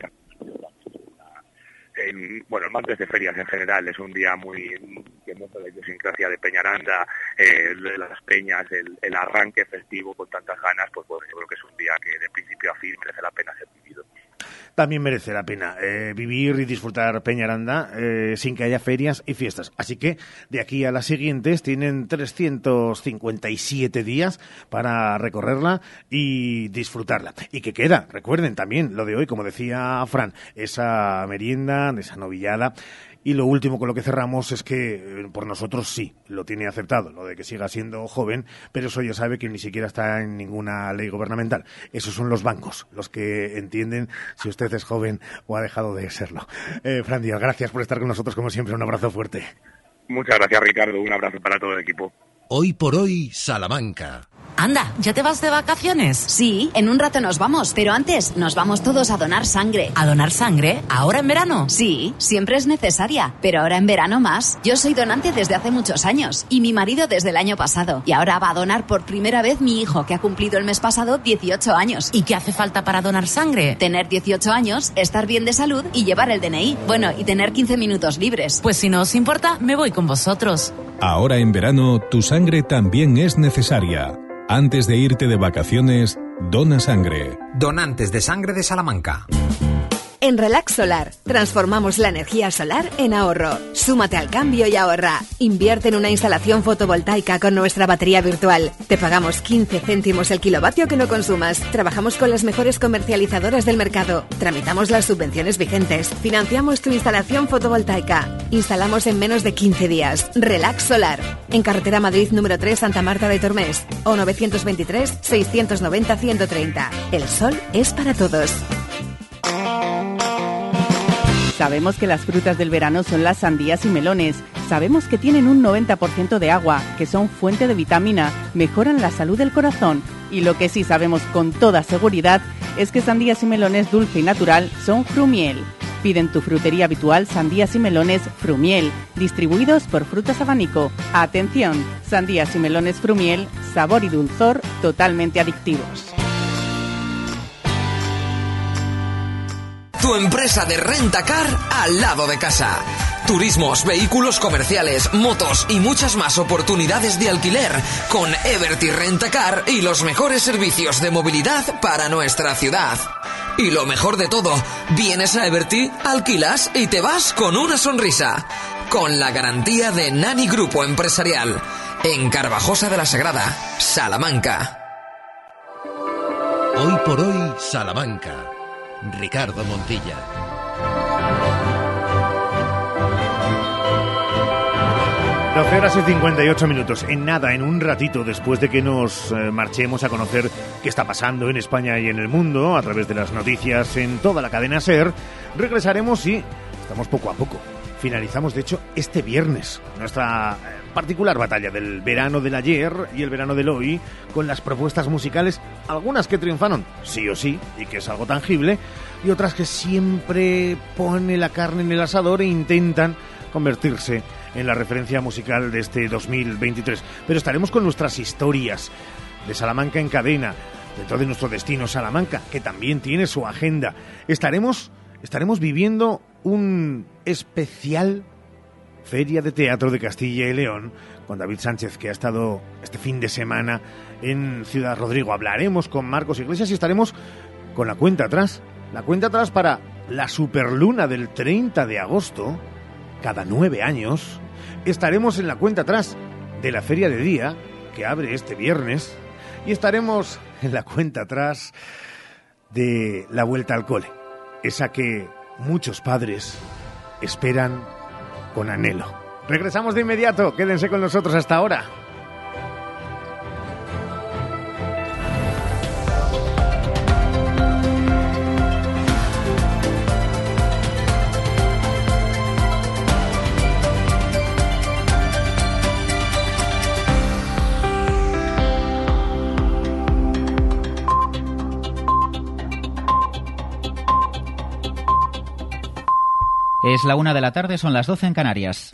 en, bueno, el martes de ferias en general es un día muy que muestra la idiosincrasia de Peñaranda, eh, de las peñas, el, el arranque festivo con tantas ganas, pues bueno, yo creo que es un día que de principio a fin merece la pena ser vivido. También merece la pena eh, vivir y disfrutar Peñaranda eh, sin que haya ferias y fiestas. Así que de aquí a las siguientes tienen trescientos cincuenta y siete días para recorrerla y disfrutarla. Y que queda, recuerden también lo de hoy, como decía Fran, esa merienda, esa novillada. Y lo último con lo que cerramos es que eh, por nosotros sí, lo tiene aceptado, lo de que siga siendo joven, pero eso ya sabe que ni siquiera está en ninguna ley gubernamental. Esos son los bancos, los que entienden si usted es joven o ha dejado de serlo. Eh, Fran Díaz, gracias por estar con nosotros como siempre, un abrazo fuerte. Muchas gracias, Ricardo, un abrazo para todo el equipo. Hoy por hoy, Salamanca. Anda, ¿ya te vas de vacaciones? Sí, en un rato nos vamos, pero antes nos vamos todos a donar sangre. ¿A donar sangre? ¿Ahora en verano? Sí, siempre es necesaria, pero ahora en verano más. Yo soy donante desde hace muchos años y mi marido desde el año pasado. Y ahora va a donar por primera vez mi hijo, que ha cumplido el mes pasado dieciocho años. ¿Y qué hace falta para donar sangre? Tener dieciocho años, estar bien de salud y llevar el D N I. Bueno, y tener quince minutos libres. Pues si no os importa, me voy con vosotros. Ahora en verano, tu sangre también es necesaria. Antes de irte de vacaciones, dona sangre. Donantes de Sangre de Salamanca. En Relax Solar, transformamos la energía solar en ahorro. Súmate al cambio y ahorra. Invierte en una instalación fotovoltaica con nuestra batería virtual. Te pagamos quince céntimos el kilovatio que no consumas. Trabajamos con las mejores comercializadoras del mercado. Tramitamos las subvenciones vigentes. Financiamos tu instalación fotovoltaica. Instalamos en menos de quince días. Relax Solar. En carretera Madrid número tres, Santa Marta de Tormes. O nueve dos tres, seis nueve cero, uno tres cero. El sol es para todos. Sabemos que las frutas del verano son las sandías y melones. Sabemos que tienen un noventa por ciento de agua, que son fuente de vitamina, mejoran la salud del corazón. Y lo que sí sabemos con toda seguridad es que sandías y melones dulce y natural son Frumiel. Pide en tu frutería habitual sandías y melones Frumiel, distribuidos por Frutas Abanico. Atención, sandías y melones Frumiel, sabor y dulzor totalmente adictivos. Tu empresa de rentacar al lado de casa. Turismos, vehículos comerciales, motos y muchas más oportunidades de alquiler con Everty Rentacar y los mejores servicios de movilidad para nuestra ciudad. Y lo mejor de todo, vienes a Everty, alquilas y te vas con una sonrisa. Con la garantía de Nani Grupo Empresarial. En Carvajosa de la Sagrada, Salamanca. Hoy por hoy, Salamanca. Ricardo Montilla. doce horas y cincuenta y ocho minutos. En nada, en un ratito, después de que nos eh, marchemos a conocer qué está pasando en España y en el mundo, a través de las noticias en toda la cadena SER, regresaremos y estamos poco a poco. Finalizamos, de hecho, este viernes nuestra particular batalla del verano del ayer y el verano del hoy, con las propuestas musicales, algunas que triunfaron sí o sí, y que es algo tangible, y otras que siempre pone la carne en el asador e intentan convertirse en la referencia musical de este dos mil veintitrés. Pero estaremos con nuestras historias de Salamanca en cadena, dentro de nuestro destino Salamanca, que también tiene su agenda. Estaremos, estaremos viviendo un especial Feria de Teatro de Castilla y León con David Sánchez, que ha estado este fin de semana en Ciudad Rodrigo. Hablaremos con Marcos Iglesias y estaremos con la cuenta atrás, la cuenta atrás para la superluna del treinta de agosto, cada nueve años, estaremos en la cuenta atrás de la Feria de Día, que abre este viernes, y estaremos en la cuenta atrás de la vuelta al cole, esa que muchos padres esperan con anhelo. Regresamos de inmediato, quédense con nosotros hasta ahora. Es la una de la tarde, son las doce en Canarias.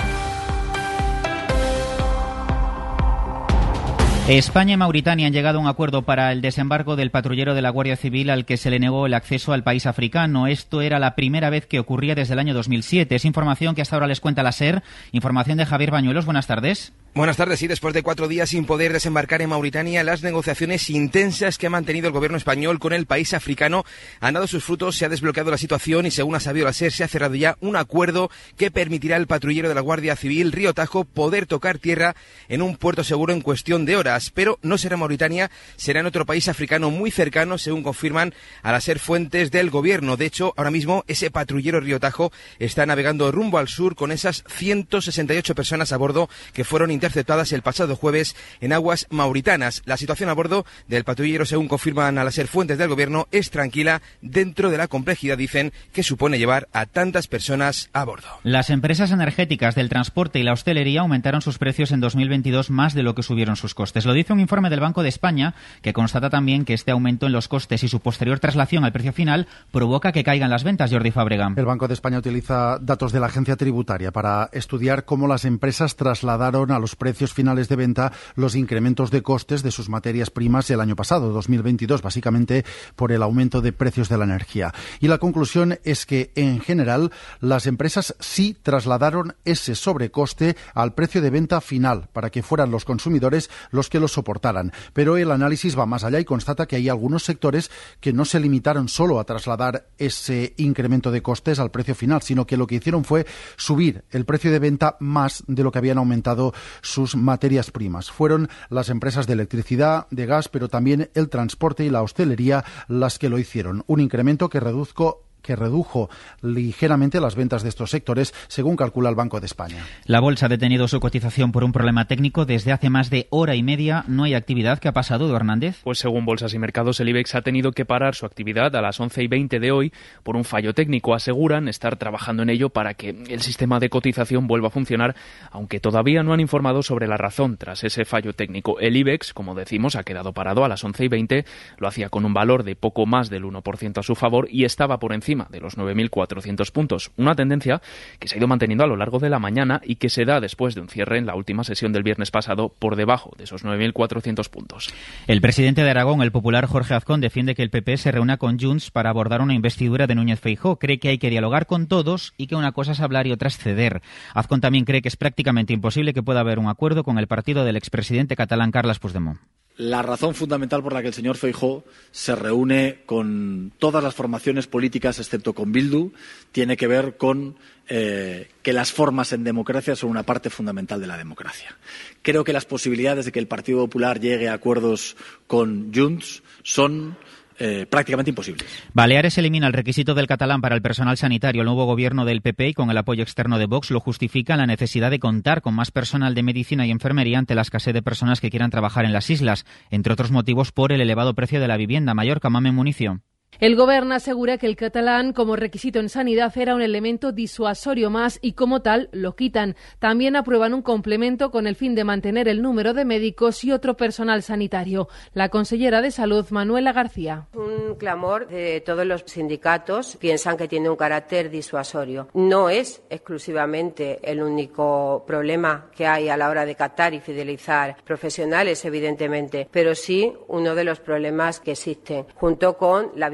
España y Mauritania han llegado a un acuerdo para el desembarco del patrullero de la Guardia Civil al que se le negó el acceso al país africano. Esto era la primera vez que ocurría desde el año dos mil siete. Es información que hasta ahora les cuenta la SER. Información de Javier Bañuelos. Buenas tardes. Buenas tardes. Sí, después de cuatro días sin poder desembarcar en Mauritania, las negociaciones intensas que ha mantenido el gobierno español con el país africano han dado sus frutos, se ha desbloqueado la situación y, según ha sabido la SER, se ha cerrado ya un acuerdo que permitirá al patrullero de la Guardia Civil, Río Tajo, poder tocar tierra en un puerto seguro en cuestión de horas. Pero no será Mauritania, será en otro país africano muy cercano, según confirman a la SER fuentes del gobierno. De hecho, ahora mismo ese patrullero Río Tajo está navegando rumbo al sur con esas ciento sesenta y ocho personas a bordo que fueron interceptadas el pasado jueves en aguas mauritanas. La situación a bordo del patrullero, según confirman a las SER fuentes del gobierno, es tranquila dentro de la complejidad, dicen, que supone llevar a tantas personas a bordo. Las empresas energéticas del transporte y la hostelería aumentaron sus precios en dos mil veintidós más de lo que subieron sus costes. Lo dice un informe del Banco de España que constata también que este aumento en los costes y su posterior traslación al precio final provoca que caigan las ventas. Jordi Fábrega. El Banco de España utiliza datos de la agencia tributaria para estudiar cómo las empresas trasladaron a los precios finales de venta los incrementos de costes de sus materias primas el año pasado, dos mil veintidós, básicamente por el aumento de precios de la energía. Y la conclusión es que, en general, las empresas sí trasladaron ese sobrecoste al precio de venta final para que fueran los consumidores los que lo soportaran. Pero el análisis va más allá y constata que hay algunos sectores que no se limitaron solo a trasladar ese incremento de costes al precio final, sino que lo que hicieron fue subir el precio de venta más de lo que habían aumentado sus materias primas. Fueron las empresas de electricidad, de gas, pero también el transporte y la hostelería las que lo hicieron. Un incremento que reduzco que redujo ligeramente las ventas de estos sectores, según calcula el Banco de España. La bolsa ha detenido su cotización por un problema técnico desde hace más de hora y media. No hay actividad. ¿Qué ha pasado, Edu Hernández? Pues según Bolsas y Mercados, el IBEX ha tenido que parar su actividad a las once y veinte de hoy por un fallo técnico. Aseguran estar trabajando en ello para que el sistema de cotización vuelva a funcionar, aunque todavía no han informado sobre la razón tras ese fallo técnico. El IBEX, como decimos, ha quedado parado a las once y veinte. Lo hacía con un valor de poco más del uno por ciento a su favor y estaba por encima de los nueve mil cuatrocientos puntos, una tendencia que se ha ido manteniendo a lo largo de la mañana y que se da después de un cierre en la última sesión del viernes pasado por debajo de esos nueve mil cuatrocientos puntos. El presidente de Aragón, el popular Jorge Azcón, defiende que el P P se reúna con Junts para abordar una investidura de Núñez Feijóo. Cree que hay que dialogar con todos y que una cosa es hablar y otra es ceder. Azcón también cree que es prácticamente imposible que pueda haber un acuerdo con el partido del expresidente catalán Carles Puigdemont. La razón fundamental por la que el señor Feijóo se reúne con todas las formaciones políticas, excepto con Bildu, tiene que ver con eh, que las formas en democracia son una parte fundamental de la democracia. Creo que las posibilidades de que el Partido Popular llegue a acuerdos con Junts son Eh, prácticamente imposibles. Baleares elimina el requisito del catalán para el personal sanitario. El nuevo gobierno del P P y con el apoyo externo de Vox lo justifica la necesidad de contar con más personal de medicina y enfermería ante la escasez de personas que quieran trabajar en las islas, entre otros motivos por el elevado precio de la vivienda. Mallorca, Mamen Municio. El Gobierno asegura que el catalán como requisito en sanidad era un elemento disuasorio más y como tal lo quitan. También aprueban un complemento con el fin de mantener el número de médicos y otro personal sanitario. La consellera de Salud, Manuela García. Un clamor de todos los sindicatos. Piensan que tiene un carácter disuasorio. No es exclusivamente el único problema que hay a la hora de captar y fidelizar profesionales, evidentemente, pero sí uno de los problemas que existen, junto con la vivienda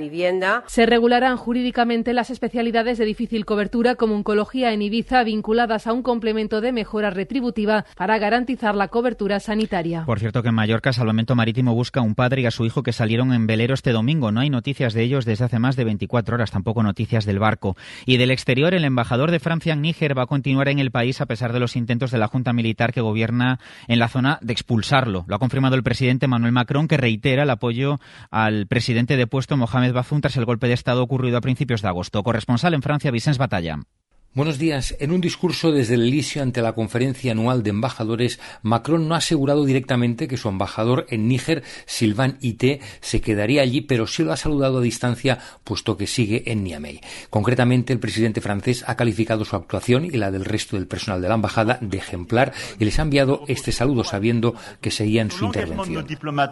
vivienda. Se regularán jurídicamente las especialidades de difícil cobertura como oncología en Ibiza vinculadas a un complemento de mejora retributiva para garantizar la cobertura sanitaria. Por cierto que en Mallorca Salvamento Marítimo busca a un padre y a su hijo que salieron en velero este domingo. No hay noticias de ellos desde hace más de veinticuatro horas, tampoco noticias del barco. Y del exterior, el embajador de Francia en Níger va a continuar en el país a pesar de los intentos de la Junta Militar que gobierna en la zona de expulsarlo. Lo ha confirmado el presidente Emmanuel Macron, que reitera el apoyo al presidente depuesto Mohamed Bazoum tras el golpe de Estado ocurrido a principios de agosto. Corresponsal en Francia, Vicens Batalla. Buenos días. En un discurso desde el Elíseo ante la conferencia anual de embajadores, Macron no ha asegurado directamente que su embajador en Níger, Sylvain Ité, se quedaría allí, pero sí lo ha saludado a distancia, puesto que sigue en Niamey. Concretamente, el presidente francés ha calificado su actuación y la del resto del personal de la embajada de ejemplar y les ha enviado este saludo sabiendo que seguían su intervención.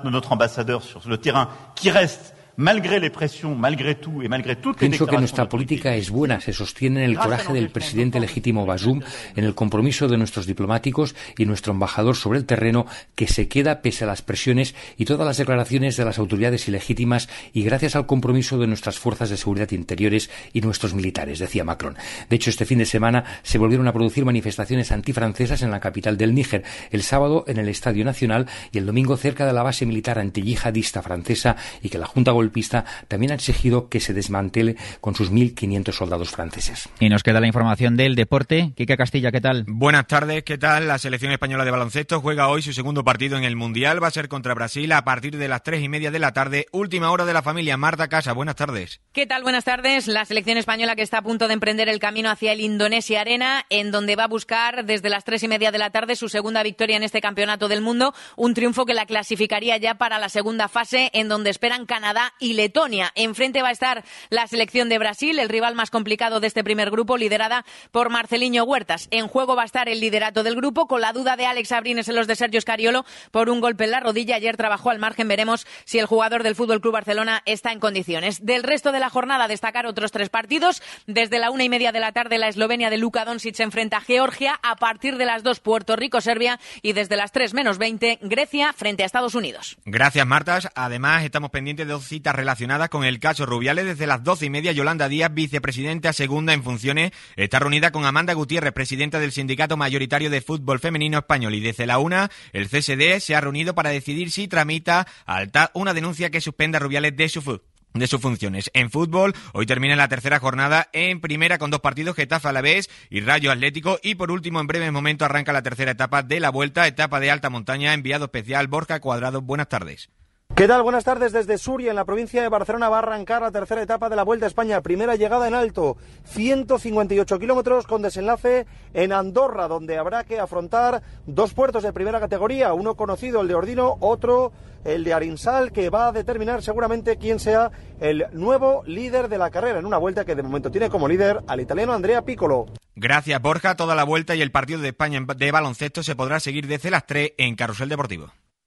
Pienso que nuestra política es buena, se sostiene en el coraje del presidente legítimo Bazoum, en el compromiso de nuestros diplomáticos y nuestro embajador sobre el terreno, que se queda pese a las presiones y todas las declaraciones de las autoridades ilegítimas y gracias al compromiso de nuestras fuerzas de seguridad interiores y nuestros militares, decía Macron. De hecho, este fin de semana se volvieron a producir manifestaciones antifrancesas en la capital del Níger, el sábado en el Estadio Nacional y el domingo cerca de la base militar antiyihadista francesa, y que la Junta golpista también ha exigido que se desmantele con sus mil quinientos soldados franceses. Y nos queda la información del deporte. Quique Castilla, ¿qué tal? Buenas tardes, ¿qué tal? La selección española de baloncesto juega hoy su segundo partido en el Mundial. Va a ser contra Brasil a partir de las tres y media de la tarde. Última hora de la familia. Marta Casa, buenas tardes. ¿Qué tal? Buenas tardes. La selección española que está a punto de emprender el camino hacia el Indonesia Arena, en donde va a buscar desde las tres y media de la tarde su segunda victoria en este campeonato del mundo. Un triunfo que la clasificaría ya para la segunda fase, en donde esperan Canadá y Letonia. Enfrente va a estar la selección de Brasil, el rival más complicado de este primer grupo, liderada por Marceliño Huertas. En juego va a estar el liderato del grupo, con la duda de Alex Abrines en los de Sergio Scariolo por un golpe en la rodilla. Ayer trabajó al margen, veremos si el jugador del F C Barcelona está en condiciones. Del resto de la jornada, destacar otros tres partidos. Desde la una y media de la tarde, la Eslovenia de Luka Doncic se enfrenta a Georgia. A partir de las dos, Puerto Rico-Serbia. Y desde las tres menos veinte, Grecia frente a Estados Unidos. Gracias, Marta. Además, estamos pendientes de dos citas relacionadas con el caso Rubiales. Desde las doce y media, Yolanda Díaz, vicepresidenta segunda en funciones, está reunida con Amanda Gutiérrez, presidenta del Sindicato Mayoritario de Fútbol Femenino Español. Y desde la una, el C S D se ha reunido para decidir si tramita al T A una denuncia que suspenda a Rubiales de su fútbol. de sus funciones. En fútbol, hoy termina la tercera jornada en primera con dos partidos, Getafe Alavés y Rayo Atlético, y por último, en breves momentos, arranca la tercera etapa de la Vuelta, etapa de alta montaña. Enviado especial Borja Cuadrado, buenas tardes. ¿Qué tal? Buenas tardes. Desde Suria, en la provincia de Barcelona, va a arrancar la tercera etapa de la Vuelta a España. Primera llegada en alto, ciento cincuenta y ocho kilómetros, con desenlace en Andorra, donde habrá que afrontar dos puertos de primera categoría, uno conocido, el de Ordino, otro, el de Arinsal, que va a determinar seguramente quién sea el nuevo líder de la carrera, en una vuelta que de momento tiene como líder al italiano Andrea Piccolo. Gracias, Borja. Toda la Vuelta y el partido de España de baloncesto se podrá seguir desde las tres en Carrusel Deportivo.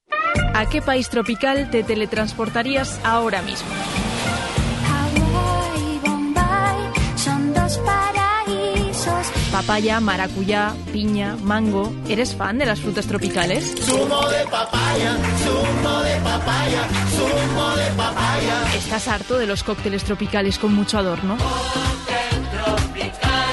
¿A qué país tropical te teletransportarías ahora mismo? Hawái y Bombay son dos paraísos. Papaya, maracuyá, piña, mango. ¿Eres fan de las frutas tropicales? Zumo de papaya, zumo de papaya, zumo de papaya. ¿Estás harto de los cócteles tropicales con mucho adorno? Cóctel tropical,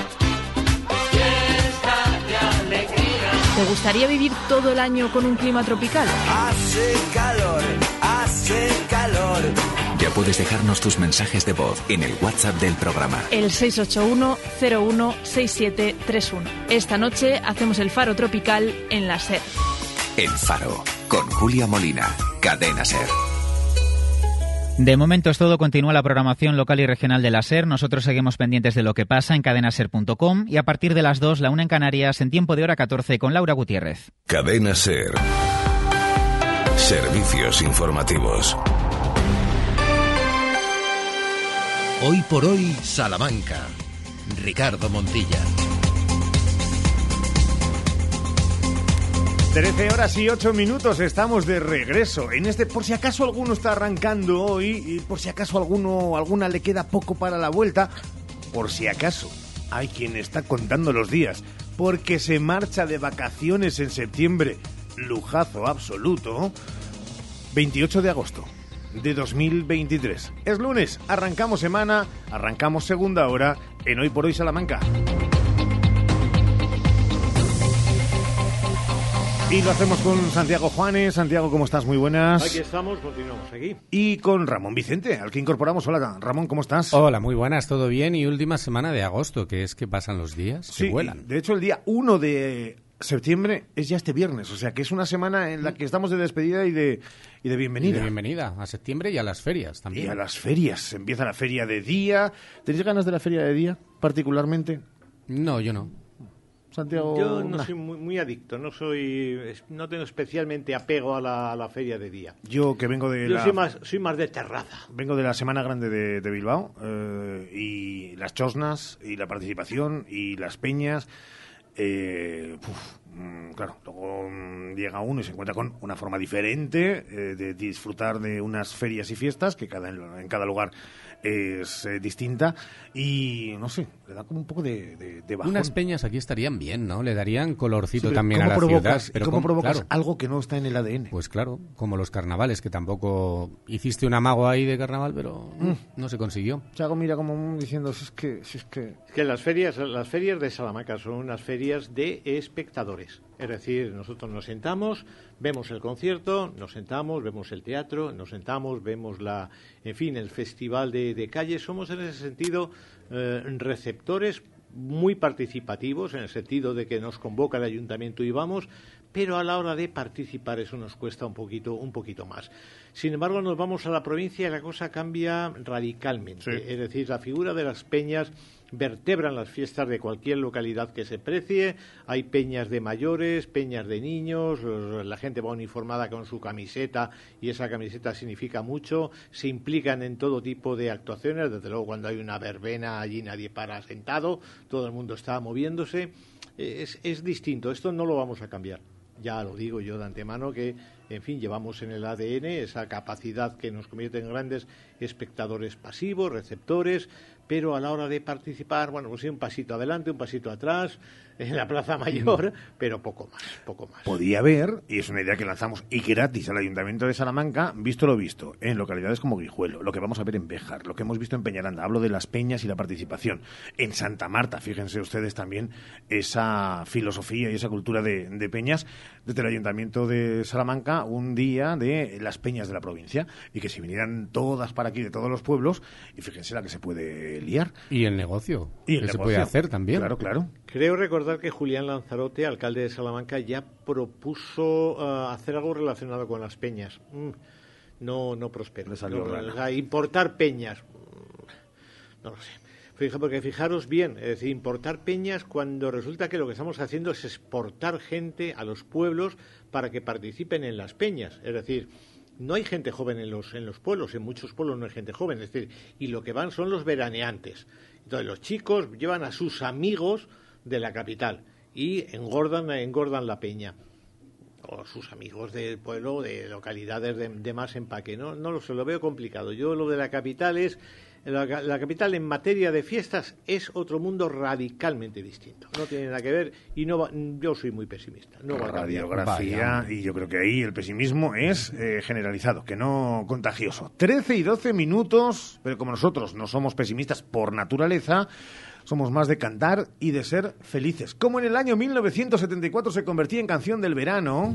fiesta de alegría. ¿Te gustaría vivir todo el año con un clima tropical? Hace calor, hace calor. Ya puedes dejarnos tus mensajes de voz en el WhatsApp del programa. El seis ocho uno cero uno seis siete tres uno. Esta noche hacemos el Faro Tropical en la SER. El Faro, con Julia Molina, Cadena SER. De momento es todo. Continúa la programación local y regional de la SER. Nosotros seguimos pendientes de lo que pasa en cadena ser punto com y a partir de las dos, la una en Canarias, en tiempo de hora catorce, con Laura Gutiérrez. Cadena SER. Servicios informativos. Hoy por hoy, Salamanca. Ricardo Montilla. trece horas y ocho minutos, estamos de regreso. En este, por si acaso alguno está arrancando hoy y por si acaso alguno, alguna le queda poco para la vuelta, por si acaso hay quien está contando los días, porque se marcha de vacaciones en septiembre, lujazo absoluto, veintiocho de agosto. de dos mil veintitrés. Es lunes, arrancamos semana, arrancamos segunda hora en Hoy por Hoy Salamanca. Y lo hacemos con Santiago Juanes. Santiago, ¿cómo estás? Muy buenas. Aquí estamos, continuamos aquí. Y con Ramón Vicente, al que incorporamos. Hola, Ramón, ¿cómo estás? Hola, muy buenas, todo bien. Y última semana de agosto, que es que pasan los días, sí, se vuelan. De hecho, el día uno de septiembre es ya este viernes, o sea que es una semana en la que estamos de despedida y de, y de bienvenida. Y de bienvenida a septiembre y a las ferias también. Y a las ferias. Empieza la feria de día. ¿Tenéis ganas de la feria de día, particularmente? No, yo no. Santiago, yo no nah. soy muy, muy adicto, no soy, no tengo especialmente apego a la, a la feria de día. Yo que vengo de yo la... soy más, soy más de terraza. Vengo de la Semana Grande de, de Bilbao eh, y las chosnas y la participación y las peñas. Eh, uf, mm, claro, luego mm, llega uno y se encuentra con una forma diferente eh, de disfrutar de unas ferias y fiestas que cada en cada lugar es eh, distinta y no sé, le da como un poco de, de, de bajón. Unas peñas aquí estarían bien, ¿no? Le darían colorcito sí, también a la provocas, ciudad. Pero ¿cómo, ¿cómo provocas claro. algo que no está en el A D N? Pues claro, como los carnavales, que tampoco hiciste un amago ahí de carnaval, pero mm. no se consiguió. Chago mira como diciendo, si es que... Si es que... Es que las ferias, las ferias de Salamanca son unas ferias de espectadores. Es decir, nosotros nos sentamos, vemos el concierto, nos sentamos, vemos el teatro, nos sentamos, vemos la, en fin, el festival de, de calle. Somos en ese sentido eh, receptores muy participativos, en el sentido de que nos convoca el ayuntamiento y vamos, pero a la hora de participar eso nos cuesta un poquito, un poquito más. Sin embargo, nos vamos a la provincia y la cosa cambia radicalmente. Sí. Es decir, la figura de las peñas vertebran las fiestas de cualquier localidad que se precie. Hay peñas de mayores, peñas de niños, la gente va uniformada con su camiseta y esa camiseta significa mucho, se implican en todo tipo de actuaciones, desde luego cuando hay una verbena allí nadie para sentado, todo el mundo está moviéndose, es, es distinto, esto no lo vamos a cambiar. Ya lo digo yo de antemano que, en fin, llevamos en el A D N esa capacidad que nos convierte en grandes espectadores pasivos, receptores, pero a la hora de participar, bueno, pues sí, un pasito adelante, un pasito atrás, en la Plaza Mayor, pero poco más, poco más. Podía haber, y es una idea que lanzamos y gratis al Ayuntamiento de Salamanca, visto lo visto, en localidades como Guijuelo, lo que vamos a ver en Béjar, lo que hemos visto en Peñaranda, hablo de las peñas y la participación. En Santa Marta, fíjense ustedes también esa filosofía y esa cultura de, de peñas, desde el Ayuntamiento de Salamanca, un día de las peñas de la provincia, y que si vinieran todas para aquí, de todos los pueblos, y fíjense la que se puede liar. Y el negocio, y el que negocio. se puede hacer también. Claro, claro. Creo recordar que Julián Lanzarote, alcalde de Salamanca, ya propuso uh, hacer algo relacionado con las peñas. Mm, no, no prosperó. No, o sea, importar peñas. No lo sé. Fija, porque fijaros bien, es decir, importar peñas cuando resulta que lo que estamos haciendo es exportar gente a los pueblos para que participen en las peñas. Es decir, no hay gente joven en los en los pueblos, en muchos pueblos no hay gente joven, es decir, y lo que van son los veraneantes. Entonces los chicos llevan a sus amigos de la capital y engordan engordan la peña, o sus amigos del pueblo, de localidades de, de más empaque. No, no lo sé, lo veo complicado. Yo lo de la capital es La, la capital en materia de fiestas es otro mundo radicalmente distinto. No tiene nada que ver y no va, yo soy muy pesimista. No va a cambiar. Radiografía, y yo creo que ahí el pesimismo es eh, generalizado, que no contagioso. trece y doce minutos, pero como nosotros no somos pesimistas por naturaleza, somos más de cantar y de ser felices. Como en el año mil novecientos setenta y cuatro se convertía en canción del verano.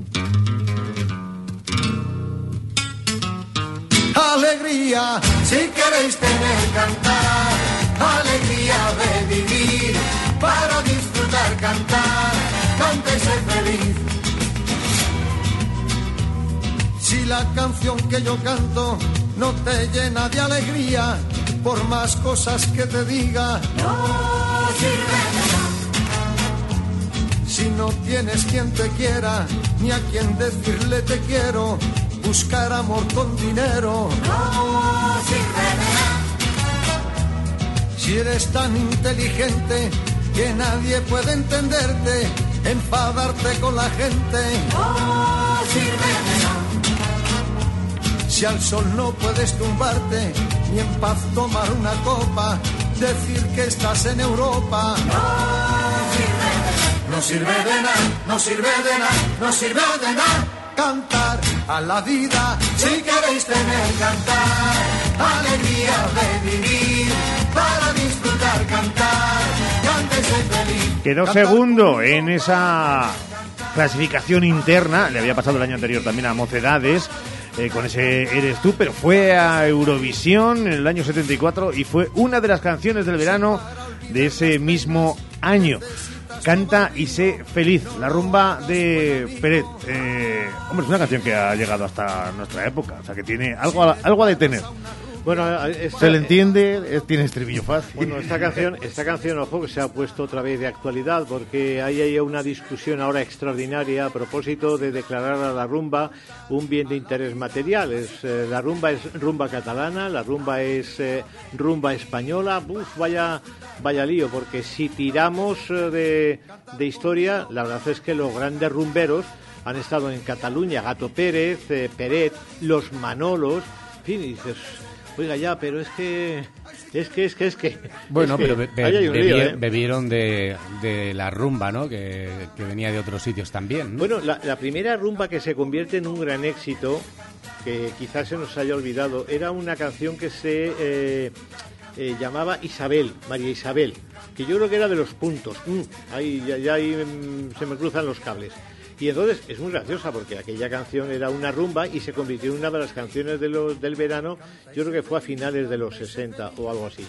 Alegría, si queréis tener cantar, alegría de vivir, para disfrutar cantar, canta y ser feliz. Si la canción que yo canto no te llena de alegría, por más cosas que te diga, no sirve de nada. Si no tienes quien te quiera, ni a quien decirle te quiero, buscar amor con dinero no sirve de nada. Si eres tan inteligente que nadie puede entenderte, enfadarte con la gente no sirve de nada. Si al sol no puedes tumbarte, ni en paz tomar una copa, decir que estás en Europa no sirve de nada. No sirve de nada, no sirve de nada, no sirve de nada. Cantar a la vida. Si queréis tener cantar, alegría de vivir, para disfrutar cantar, cántese feliz. Quedó Cantar segundo en esa clasificación interna, le había pasado el año anterior también a Mocedades, eh, con ese Eres tú, pero fue a Eurovisión en el año setenta y cuatro y fue una de las canciones del verano de ese mismo año. Canta y sé feliz, la rumba de Peret. Eh, hombre, es una canción que ha llegado hasta nuestra época, o sea que tiene algo a, algo a detener. Bueno, esta, se le entiende, tiene estribillo fácil. Bueno, esta canción, esta canción, ojo, que se ha puesto otra vez de actualidad, porque hay, hay una discusión ahora extraordinaria a propósito de declarar a la rumba un bien de interés material. Es, eh, la rumba es rumba catalana, la rumba es eh, rumba española. Uf, vaya, vaya lío, porque si tiramos eh, de, de historia, la verdad es que los grandes rumberos han estado en Cataluña, Gato Pérez, eh, Peret, los Manolos, en fin, y dices... Oiga, ya, pero es que... Es que, es que, es que... Bueno, es que pero be- be- bebi- lío, ¿eh? bebieron de, de la rumba, ¿no? Que, que venía de otros sitios también, ¿no? Bueno, la, la primera rumba que se convierte en un gran éxito, que quizás se nos haya olvidado, era una canción que se eh, eh, llamaba Isabel, María Isabel, que yo creo que era de los puntos. Mm, ahí ya, ya ahí, mm, se me cruzan los cables. Y entonces es muy graciosa porque aquella canción era una rumba y se convirtió en una de las canciones de los, del verano, yo creo que fue a finales de los sesenta o algo así.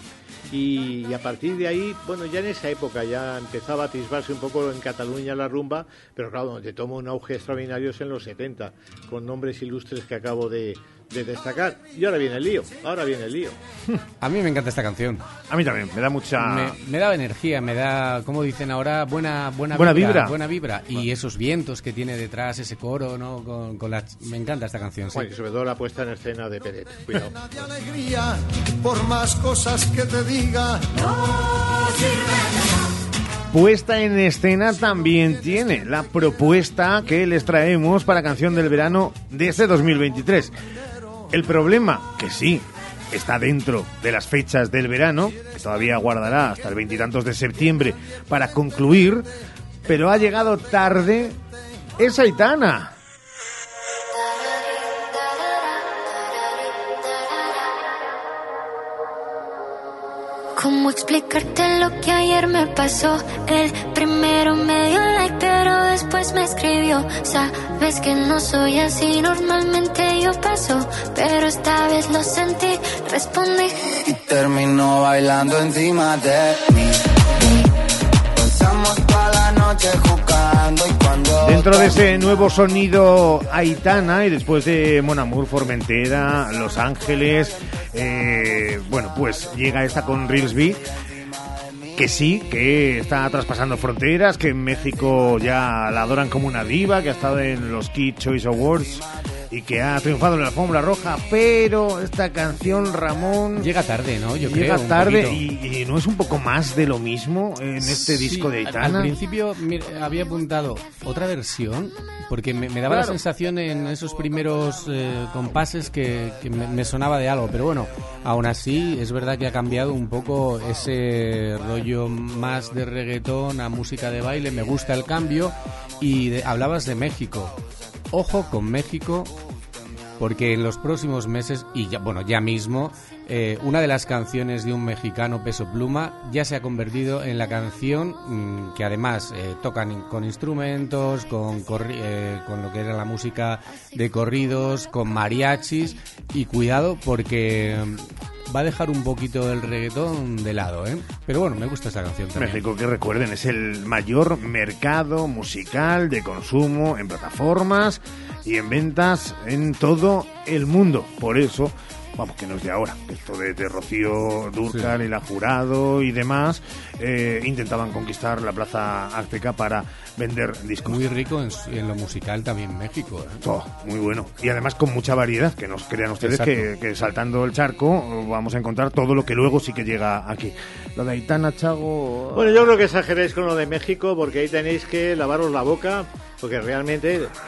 Y, y a partir de ahí, bueno, ya en esa época ya empezaba a atisbarse un poco en Cataluña la rumba, pero claro, donde tomó un auge extraordinario es en los setenta, con nombres ilustres que acabo de, de destacar. Y ahora viene el lío, ahora viene el lío. A mí me encanta esta canción. A mí también, me da mucha... Me, me da energía, me da, como dicen ahora, buena buena, Buena vibra, vibra. buena vibra. Y esos vientos que tiene detrás, ese coro, ¿no? Con, con la... Me encanta esta canción, sí. Bueno, y sobre todo la puesta en escena de Peret, cuidado. de alegría, por más cosas que te diga, no sirve. Puesta en escena también tiene la propuesta que les traemos para Canción del Verano de este dos mil veintitrés. El problema, que sí, está dentro de las fechas del verano, que todavía guardará hasta el veintitantos de septiembre para concluir, pero ha llegado tarde, es Aitana. ¿Cómo explicarte lo que ayer me pasó? El primero me dio like, pero después me escribió. Sabes que no soy así, normalmente yo paso, pero esta vez lo sentí, respondí. Y terminó bailando encima de mí. Pasamos toda la noche jugando y cuando... Dentro de ese nuevo sonido Aitana y después de Mon Amour, Formentera, Los Ángeles, eh, bueno, pues llega esta con Reelsby, que sí, que está traspasando fronteras, que en México ya la adoran como una diva, que ha estado en los Kid Choice Awards y que ha triunfado en la alfombra roja, pero esta canción, Ramón... Llega tarde, ¿no? Yo llega creo, un tarde y, y ¿no es un poco más de lo mismo en este Sí, disco de al- Aitana? Al principio mira, había apuntado otra versión, porque me, me daba Claro. la sensación en esos primeros eh, compases que, que me, me sonaba de algo, pero bueno, aún así es verdad que ha cambiado un poco ese rollo más de reggaetón a música de baile, me gusta el cambio. Y de- hablabas de México. Ojo con México, porque en los próximos meses, y ya, bueno, ya mismo, eh, una de las canciones de un mexicano, Peso Pluma, ya se ha convertido en la canción mmm, que además eh, tocan con instrumentos, con, corri- eh, con lo que era la música de corridos, con mariachis, y cuidado porque mm, va a dejar un poquito el reggaetón de lado, ¿eh? Pero bueno, me gusta esta canción también. México, que recuerden, es el mayor mercado musical de consumo en plataformas y en ventas en todo el mundo. Por eso, vamos, que no es de ahora, esto de, de Rocío Dúrcal Sí. y la Jurado y demás, eh, intentaban conquistar la Plaza Azteca para vender discos. Muy rico en, su- en lo musical también México, ¿eh? Oh, muy bueno. Y además con mucha variedad, que nos crean ustedes que, Exacto. que saltando el charco vamos a encontrar todo lo que luego sí que llega aquí. Lo de Aitana, Chago... Bueno, yo creo que exageráis con lo de México, porque ahí tenéis que lavaros la boca, porque realmente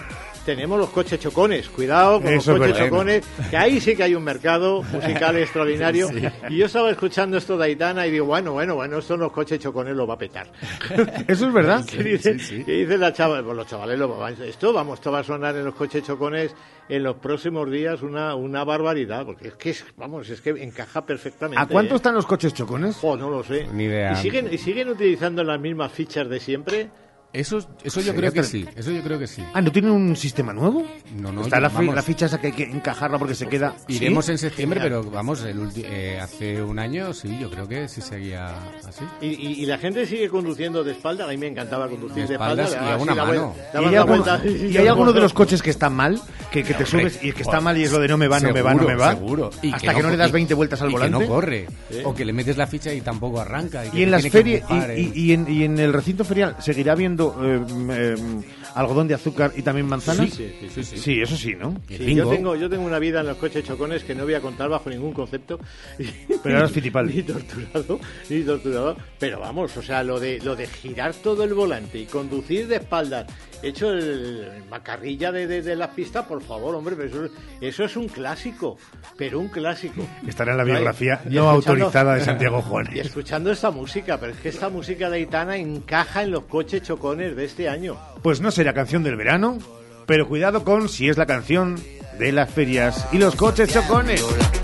tenemos los coches chocones. Cuidado con Eso los coches es chocones, que ahí sí que hay un mercado musical extraordinario. Sí. Y yo estaba escuchando esto de Aitana y digo, bueno, bueno, bueno, esto los coches chocones lo va a petar. Eso es verdad. ¿Qué dice, sí, sí. ¿Qué dice la chava? Pues los chavales, lo, esto vamos, esto va a sonar en los coches chocones en los próximos días una, una barbaridad, porque es que, vamos, es que encaja perfectamente. ¿A cuánto ¿eh? están los coches chocones? Oh, no lo sé. Ni idea. ¿Y siguen, y siguen utilizando las mismas fichas de siempre? Eso, eso yo sí, creo que sí, eso yo creo que sí. Ah, ¿no tienen un sistema nuevo? No, no. Está yo, la, vamos, la ficha esa que hay que encajarla porque se queda... Iremos ¿Sí? en septiembre, pero vamos, el ulti, eh, hace un año sí, yo creo que sí seguía así. ¿Y, y, y la gente sigue conduciendo de espalda? A mí me encantaba conducir de, de espalda. espalda y a una mano. ¿Y hay, algún, ¿Y hay alguno de los coches que están mal? Que, que te subes y es que está mal y es lo de no me va, no me va, no me va. Seguro. Y hasta que no, que no le das veinte vueltas al y volante. Que no corre. ¿Sí? O que le metes la ficha y tampoco arranca. Y, y en las ferias, y, y, y, en, y en el recinto ferial, ¿seguirá habiendo eh, eh, algodón de azúcar y también manzanas? Sí, sí, sí. Sí, sí eso sí, ¿no? Sí, yo, tengo, yo tengo una vida en los coches chocones que no voy a contar bajo ningún concepto. Pero ahora es Fittipaldi. Ni torturado, ni torturado. Pero vamos, o sea, lo de, lo de girar todo el volante y conducir de espaldas, hecho el macarrilla de, de, de la pista, por favor, hombre, pero eso, eso es un clásico, pero un clásico. Estará en la biografía no, no autorizada de Santiago Juanes. Y escuchando esta música, pero es que esta música de Aitana encaja en los coches chocones de este año. Pues no será canción del verano, pero cuidado con si es la canción de las ferias y los coches chocones.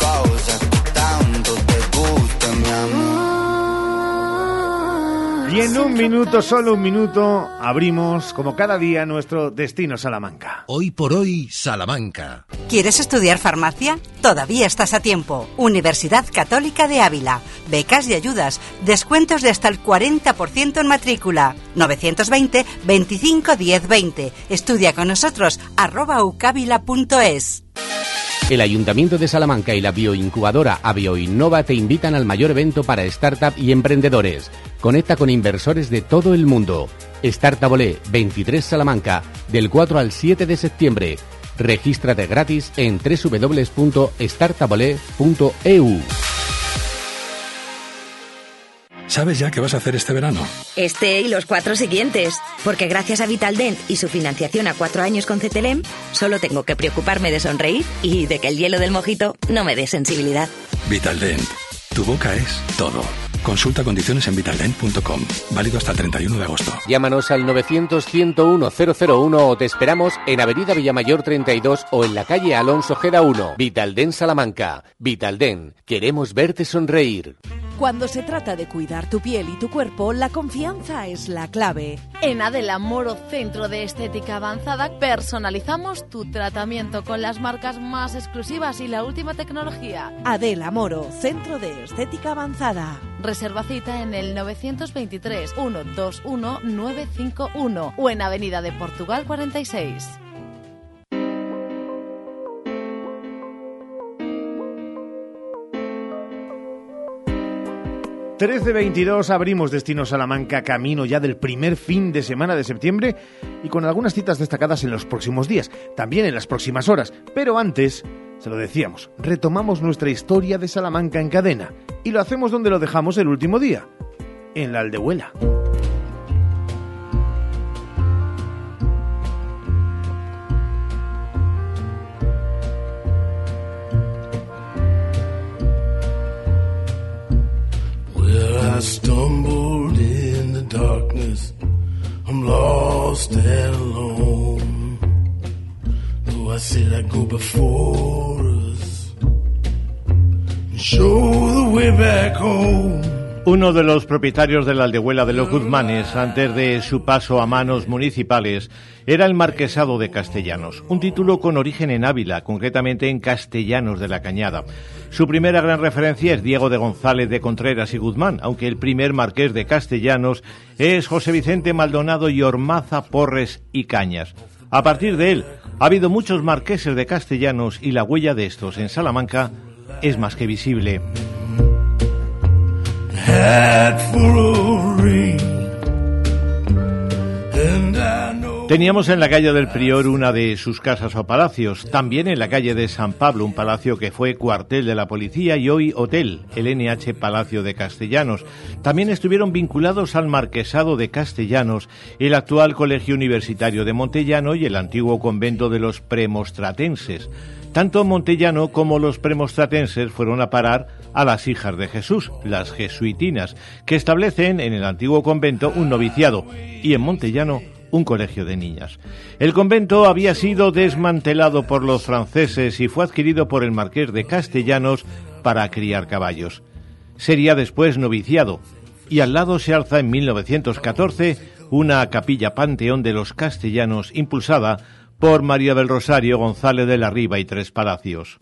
Y en un minuto, solo un minuto, abrimos, como cada día, nuestro Destino Salamanca. Hoy por hoy, Salamanca. ¿Quieres estudiar farmacia? Todavía estás a tiempo. Universidad Católica de Ávila. Becas y ayudas. Descuentos de hasta el cuarenta por ciento en matrícula. novecientos veinte, veinticinco, diez, veinte. Estudia con nosotros, arroba ucavila punto es. El Ayuntamiento de Salamanca y la bioincubadora Avioinnova te invitan al mayor evento para startup y emprendedores. Conecta con inversores de todo el mundo. Startup Olé veintitrés Salamanca, del cuatro al siete de septiembre. Regístrate gratis en doble u doble u doble u punto startup olé punto e u. ¿Sabes ya qué vas a hacer este verano? Este y los cuatro siguientes. Porque gracias a Vitaldent y su financiación a cuatro años con Cetelem, solo tengo que preocuparme de sonreír y de que el hielo del mojito no me dé sensibilidad. Vitaldent. Tu boca es todo. Consulta condiciones en vitaldent punto com. Válido hasta el treinta y uno de agosto. Llámanos al novecientos, ciento uno, cero cero uno o te esperamos en Avenida Villamayor treinta y dos o en la calle Alonso Ojeda uno. Vitaldent Salamanca. Vitaldent. Queremos verte sonreír. Cuando se trata de cuidar tu piel y tu cuerpo, la confianza es la clave. En Adela Moro Centro de Estética Avanzada personalizamos tu tratamiento con las marcas más exclusivas y la última tecnología. Adela Moro Centro de Estética Avanzada. Reserva cita en el novecientos veintitrés, ciento veintiuno, novecientos cincuenta y uno o en Avenida de Portugal cuarenta y seis. trece veintidós, abrimos Destino Salamanca, camino ya del primer fin de semana de septiembre y con algunas citas destacadas en los próximos días, también en las próximas horas. Pero antes, se lo decíamos, retomamos nuestra historia de Salamanca en cadena y lo hacemos donde lo dejamos el último día, en la Aldehuela. I stumbled in the darkness, I'm lost and alone. Though I said I'd go before us and show the way back home. Uno de los propietarios de la Aldehuela de los Guzmanes, antes de su paso a manos municipales, era el Marquesado de Castellanos, un título con origen en Ávila, concretamente en Castellanos de la Cañada. Su primera gran referencia es Diego de González de Contreras y Guzmán, aunque el primer marqués de Castellanos es José Vicente Maldonado y Ormaza Porres y Cañas. A partir de él, ha habido muchos marqueses de Castellanos y la huella de estos en Salamanca es más que visible. Hat full of rain, and I know Teníamos en la calle del Prior una de sus casas o palacios, también en la calle de San Pablo un palacio que fue cuartel de la policía y hoy hotel, el N H Palacio de Castellanos. También estuvieron vinculados al Marquesado de Castellanos, el actual Colegio Universitario de Montellano y el antiguo convento de los Premostratenses. Tanto Montellano como los Premostratenses fueron a parar a las Hijas de Jesús, las jesuitinas, que establecen en el antiguo convento un noviciado y en Montellano un colegio de niñas. El convento había sido desmantelado por los franceses y fue adquirido por el marqués de Castellanos para criar caballos. Sería después noviciado, y al lado se alza en mil novecientos catorce una capilla panteón de los castellanos impulsada por María del Rosario González de la Riva y Tres Palacios.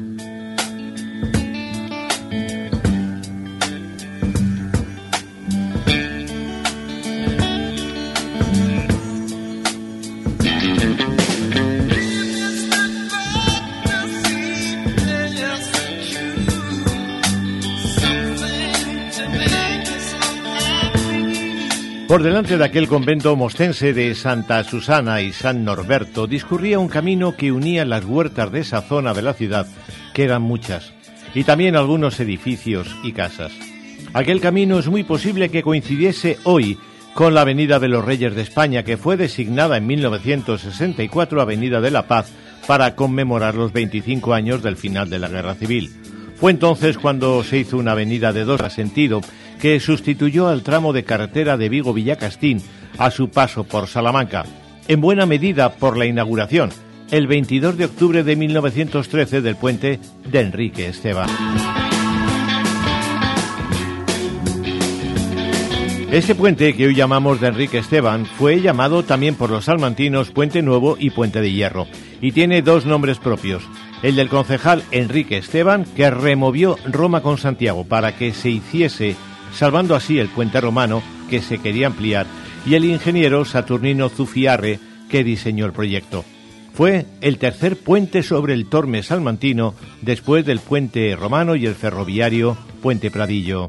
Por delante de aquel convento mostense de Santa Susana y San Norberto discurría un camino que unía las huertas de esa zona de la ciudad, que eran muchas, y también algunos edificios y casas. Aquel camino es muy posible que coincidiese hoy con la Avenida de los Reyes de España, que fue designada en mil novecientos sesenta y cuatro Avenida de la Paz para conmemorar los veinticinco años del final de la Guerra Civil. Fue entonces cuando se hizo una avenida de doble sentido que sustituyó al tramo de carretera de Vigo-Villacastín a su paso por Salamanca, en buena medida por la inauguración, el veintidós de octubre de mil novecientos trece, del puente de Enrique Esteban. Este puente, que hoy llamamos de Enrique Esteban, fue llamado también por los salmantinos Puente Nuevo y Puente de Hierro, y tiene dos nombres propios: el del concejal Enrique Esteban, que removió Roma con Santiago para que se hiciese, salvando así el puente romano que se quería ampliar, y el ingeniero Saturnino Zufiarre, que diseñó el proyecto. Fue el tercer puente sobre el Tormes salmantino, después del puente romano y el ferroviario Puente Pradillo.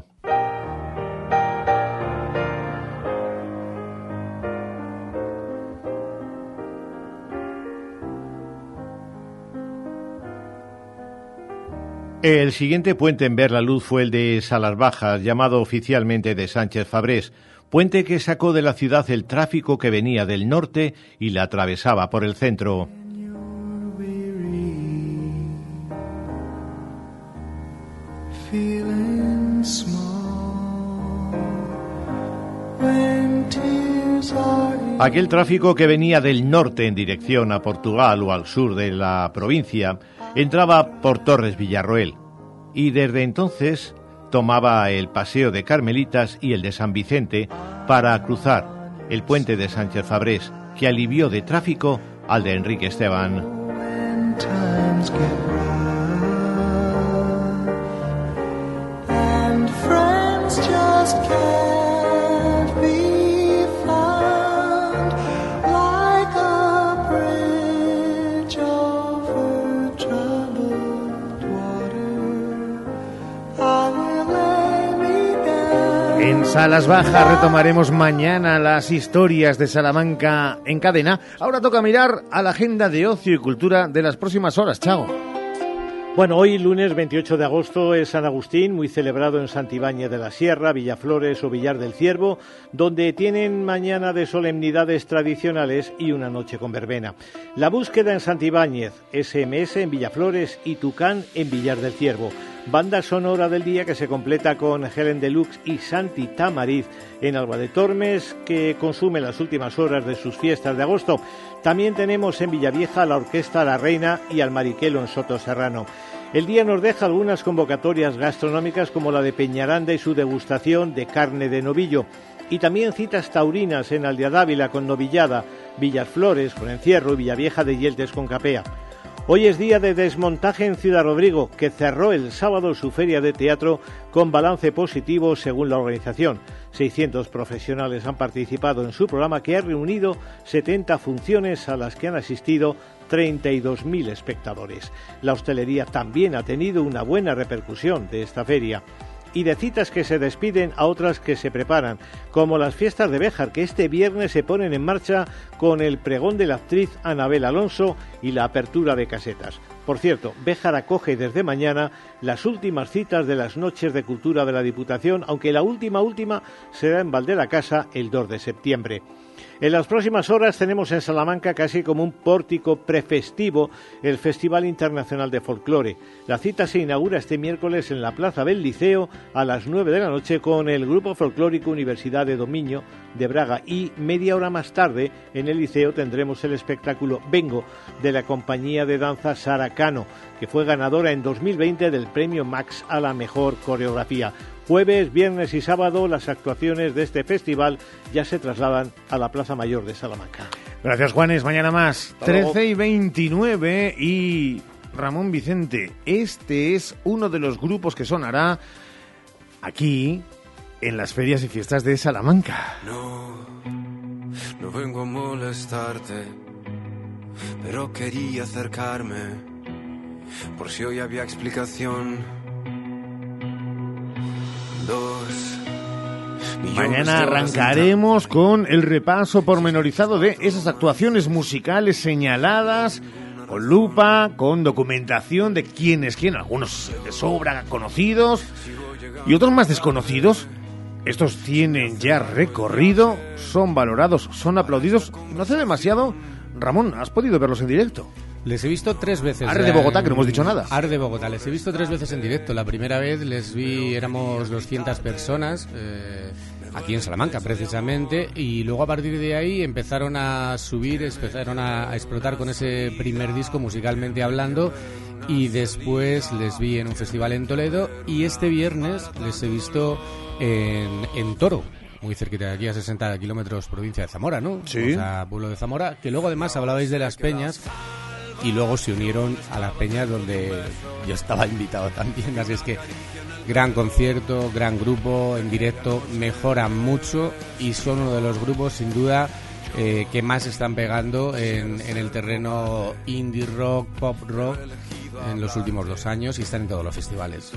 El siguiente puente en ver la luz fue el de Salas Bajas, llamado oficialmente de Sánchez Fabrés, puente que sacó de la ciudad el tráfico que venía del norte y la atravesaba por el centro. Aquel tráfico que venía del norte en dirección a Portugal o al sur de la provincia entraba por Torres Villarroel y desde entonces tomaba el paseo de Carmelitas y el de San Vicente para cruzar el puente de Sánchez Fabrés, que alivió de tráfico al de Enrique Esteban. En Salas Bajas retomaremos mañana las historias de Salamanca en cadena. Ahora toca mirar a la agenda de ocio y cultura de las próximas horas. Chao. Bueno, hoy lunes veintiocho de agosto es San Agustín, muy celebrado en Santibáñez de la Sierra, Villaflores o Villar del Ciervo, donde tienen mañana de solemnidades tradicionales y una noche con verbena. La búsqueda en Santibáñez, S M S en Villaflores y Tucán en Villar del Ciervo. Banda sonora del día que se completa con Helen Deluxe y Santi Tamariz en Alba de Tormes, que consume las últimas horas de sus fiestas de agosto. También tenemos en Villavieja la Orquesta La Reina y al Mariquelo en Soto Serrano. El día nos deja algunas convocatorias gastronómicas como la de Peñaranda y su degustación de carne de novillo. Y también citas taurinas en Aldea Dávila con novillada, Villasflores con encierro y Villavieja de Yeltes con capea. Hoy es día de desmontaje en Ciudad Rodrigo, que cerró el sábado su feria de teatro con balance positivo según la organización. seiscientos profesionales han participado en su programa, que ha reunido setenta funciones a las que han asistido treinta y dos mil espectadores. La hostelería también ha tenido una buena repercusión de esta feria. y de citas que se despiden a otras que se preparan, como las fiestas de Béjar, que este viernes se ponen en marcha con el pregón de la actriz Anabel Alonso y la apertura de casetas. Por cierto, Béjar acoge desde mañana las últimas citas de las Noches de Cultura de la Diputación, aunque la última última será en Valdelacasa el dos de septiembre. En las próximas horas tenemos en Salamanca casi como un pórtico prefestivo el Festival Internacional de Folclore. La cita se inaugura este miércoles en la Plaza del Liceo a las nueve de la noche con el Grupo Folclórico Universidad de Dominio de Braga, y media hora más tarde en el Liceo tendremos el espectáculo Vengo de la compañía de danza Sara Cano, que fue ganadora en dos mil veinte del premio Max a la mejor coreografía. Jueves, viernes y sábado las actuaciones de este festival ya se trasladan a la Plaza Mayor de Salamanca. Gracias, Juanes. Mañana más. trece y veintinueve y Ramón Vicente, este es uno de los grupos que sonará aquí en las ferias y fiestas de Salamanca. No, no vengo a molestarte, pero quería acercarme por si hoy había explicación. Dos. Mañana arrancaremos con el repaso pormenorizado de esas actuaciones musicales señaladas con lupa, con documentación de quién es quién, algunos de sobra conocidos y otros más desconocidos. Estos tienen ya recorrido, son valorados, son aplaudidos. No hace demasiado, Ramón, ¿has podido verlos en directo? Les he visto tres veces. Arre de Bogotá, que no hemos dicho nada. Arre de Bogotá, les he visto tres veces en directo. La primera vez les vi, éramos doscientas personas, eh, aquí en Salamanca precisamente, y luego a partir de ahí empezaron a subir, empezaron a, a explotar con ese primer disco musicalmente hablando, y después les vi en un festival en Toledo, y este viernes les he visto en, en Toro, muy cerquita de aquí, a sesenta kilómetros, provincia de Zamora, ¿no? Sí. O sea, pueblo de Zamora, que luego además hablabais de las peñas, y luego se unieron a las peñas donde yo estaba invitado también, así es que gran concierto, gran grupo, en directo, mejoran mucho y son uno de los grupos sin duda eh, que más están pegando en, en el terreno indie rock, pop rock en los últimos dos años, y están en todos los festivales.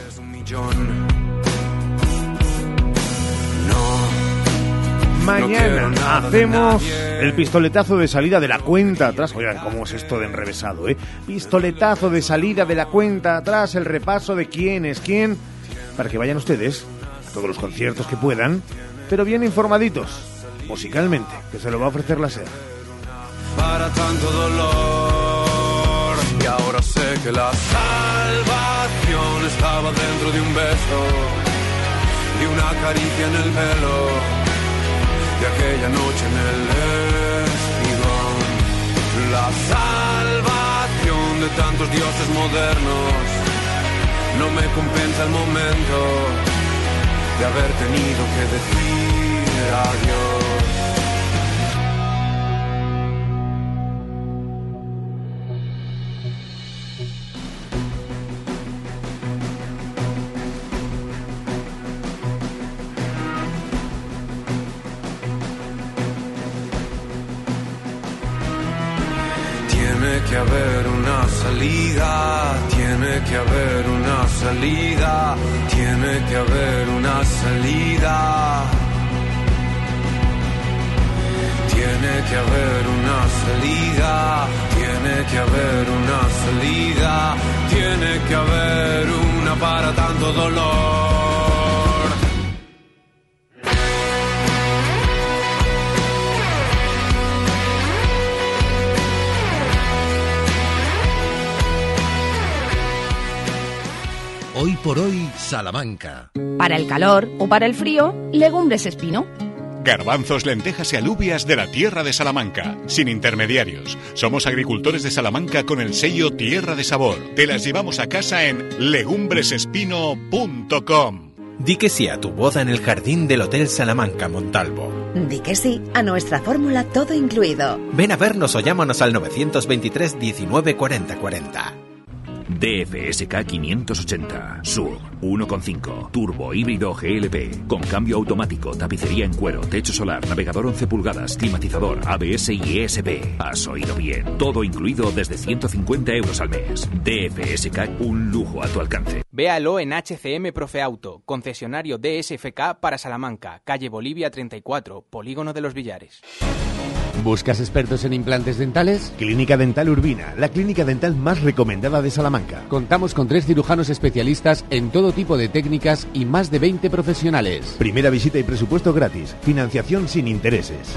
Mañana hacemos el pistoletazo de salida de la cuenta atrás. Oigan, cómo es esto de enrevesado, ¿eh? Pistoletazo de salida de la cuenta atrás, el repaso de quién es quién, para que vayan ustedes a todos los conciertos que puedan, pero bien informaditos, musicalmente, que se lo va a ofrecer la SER. Para tanto dolor, y ahora sé que la salvación estaba dentro de un beso, de una caricia en el pelo, de aquella noche en el espigón. La salvación de tantos dioses modernos no me compensa el momento de haber tenido que decir adiós. Tiene que haber una salida, tiene que haber una salida, tiene que haber una salida. Tiene que haber una salida, tiene que haber una salida, tiene que haber una para tanto dolor. Hoy por hoy, Salamanca. Para el calor o para el frío, Legumbres Espino. Garbanzos, lentejas y alubias de la tierra de Salamanca, sin intermediarios. Somos agricultores de Salamanca con el sello Tierra de Sabor. Te las llevamos a casa en legumbresespino punto com. Di que sí a tu boda en el jardín del Hotel Salamanca Montalvo. Di que sí a nuestra fórmula todo incluido. Ven a vernos o llámanos al novecientos veintitrés diecinueve cuarenta cuarenta. D F S K quinientos ochenta, S U V, uno coma cinco, turbo híbrido G L P, con cambio automático, tapicería en cuero, techo solar, navegador once pulgadas, climatizador, A B S y E S P. Has oído bien, todo incluido desde ciento cincuenta euros al mes. D F S K, un lujo a tu alcance. Véalo en H C M Profe Auto, concesionario D S F K para Salamanca, calle Bolivia treinta y cuatro, Polígono de los Villares. ¿Buscas expertos en implantes dentales? Clínica Dental Urbina, la clínica dental más recomendada de Salamanca. Contamos con tres cirujanos especialistas en todo tipo de técnicas y más de veinte profesionales. Primera visita y presupuesto gratis. Financiación sin intereses.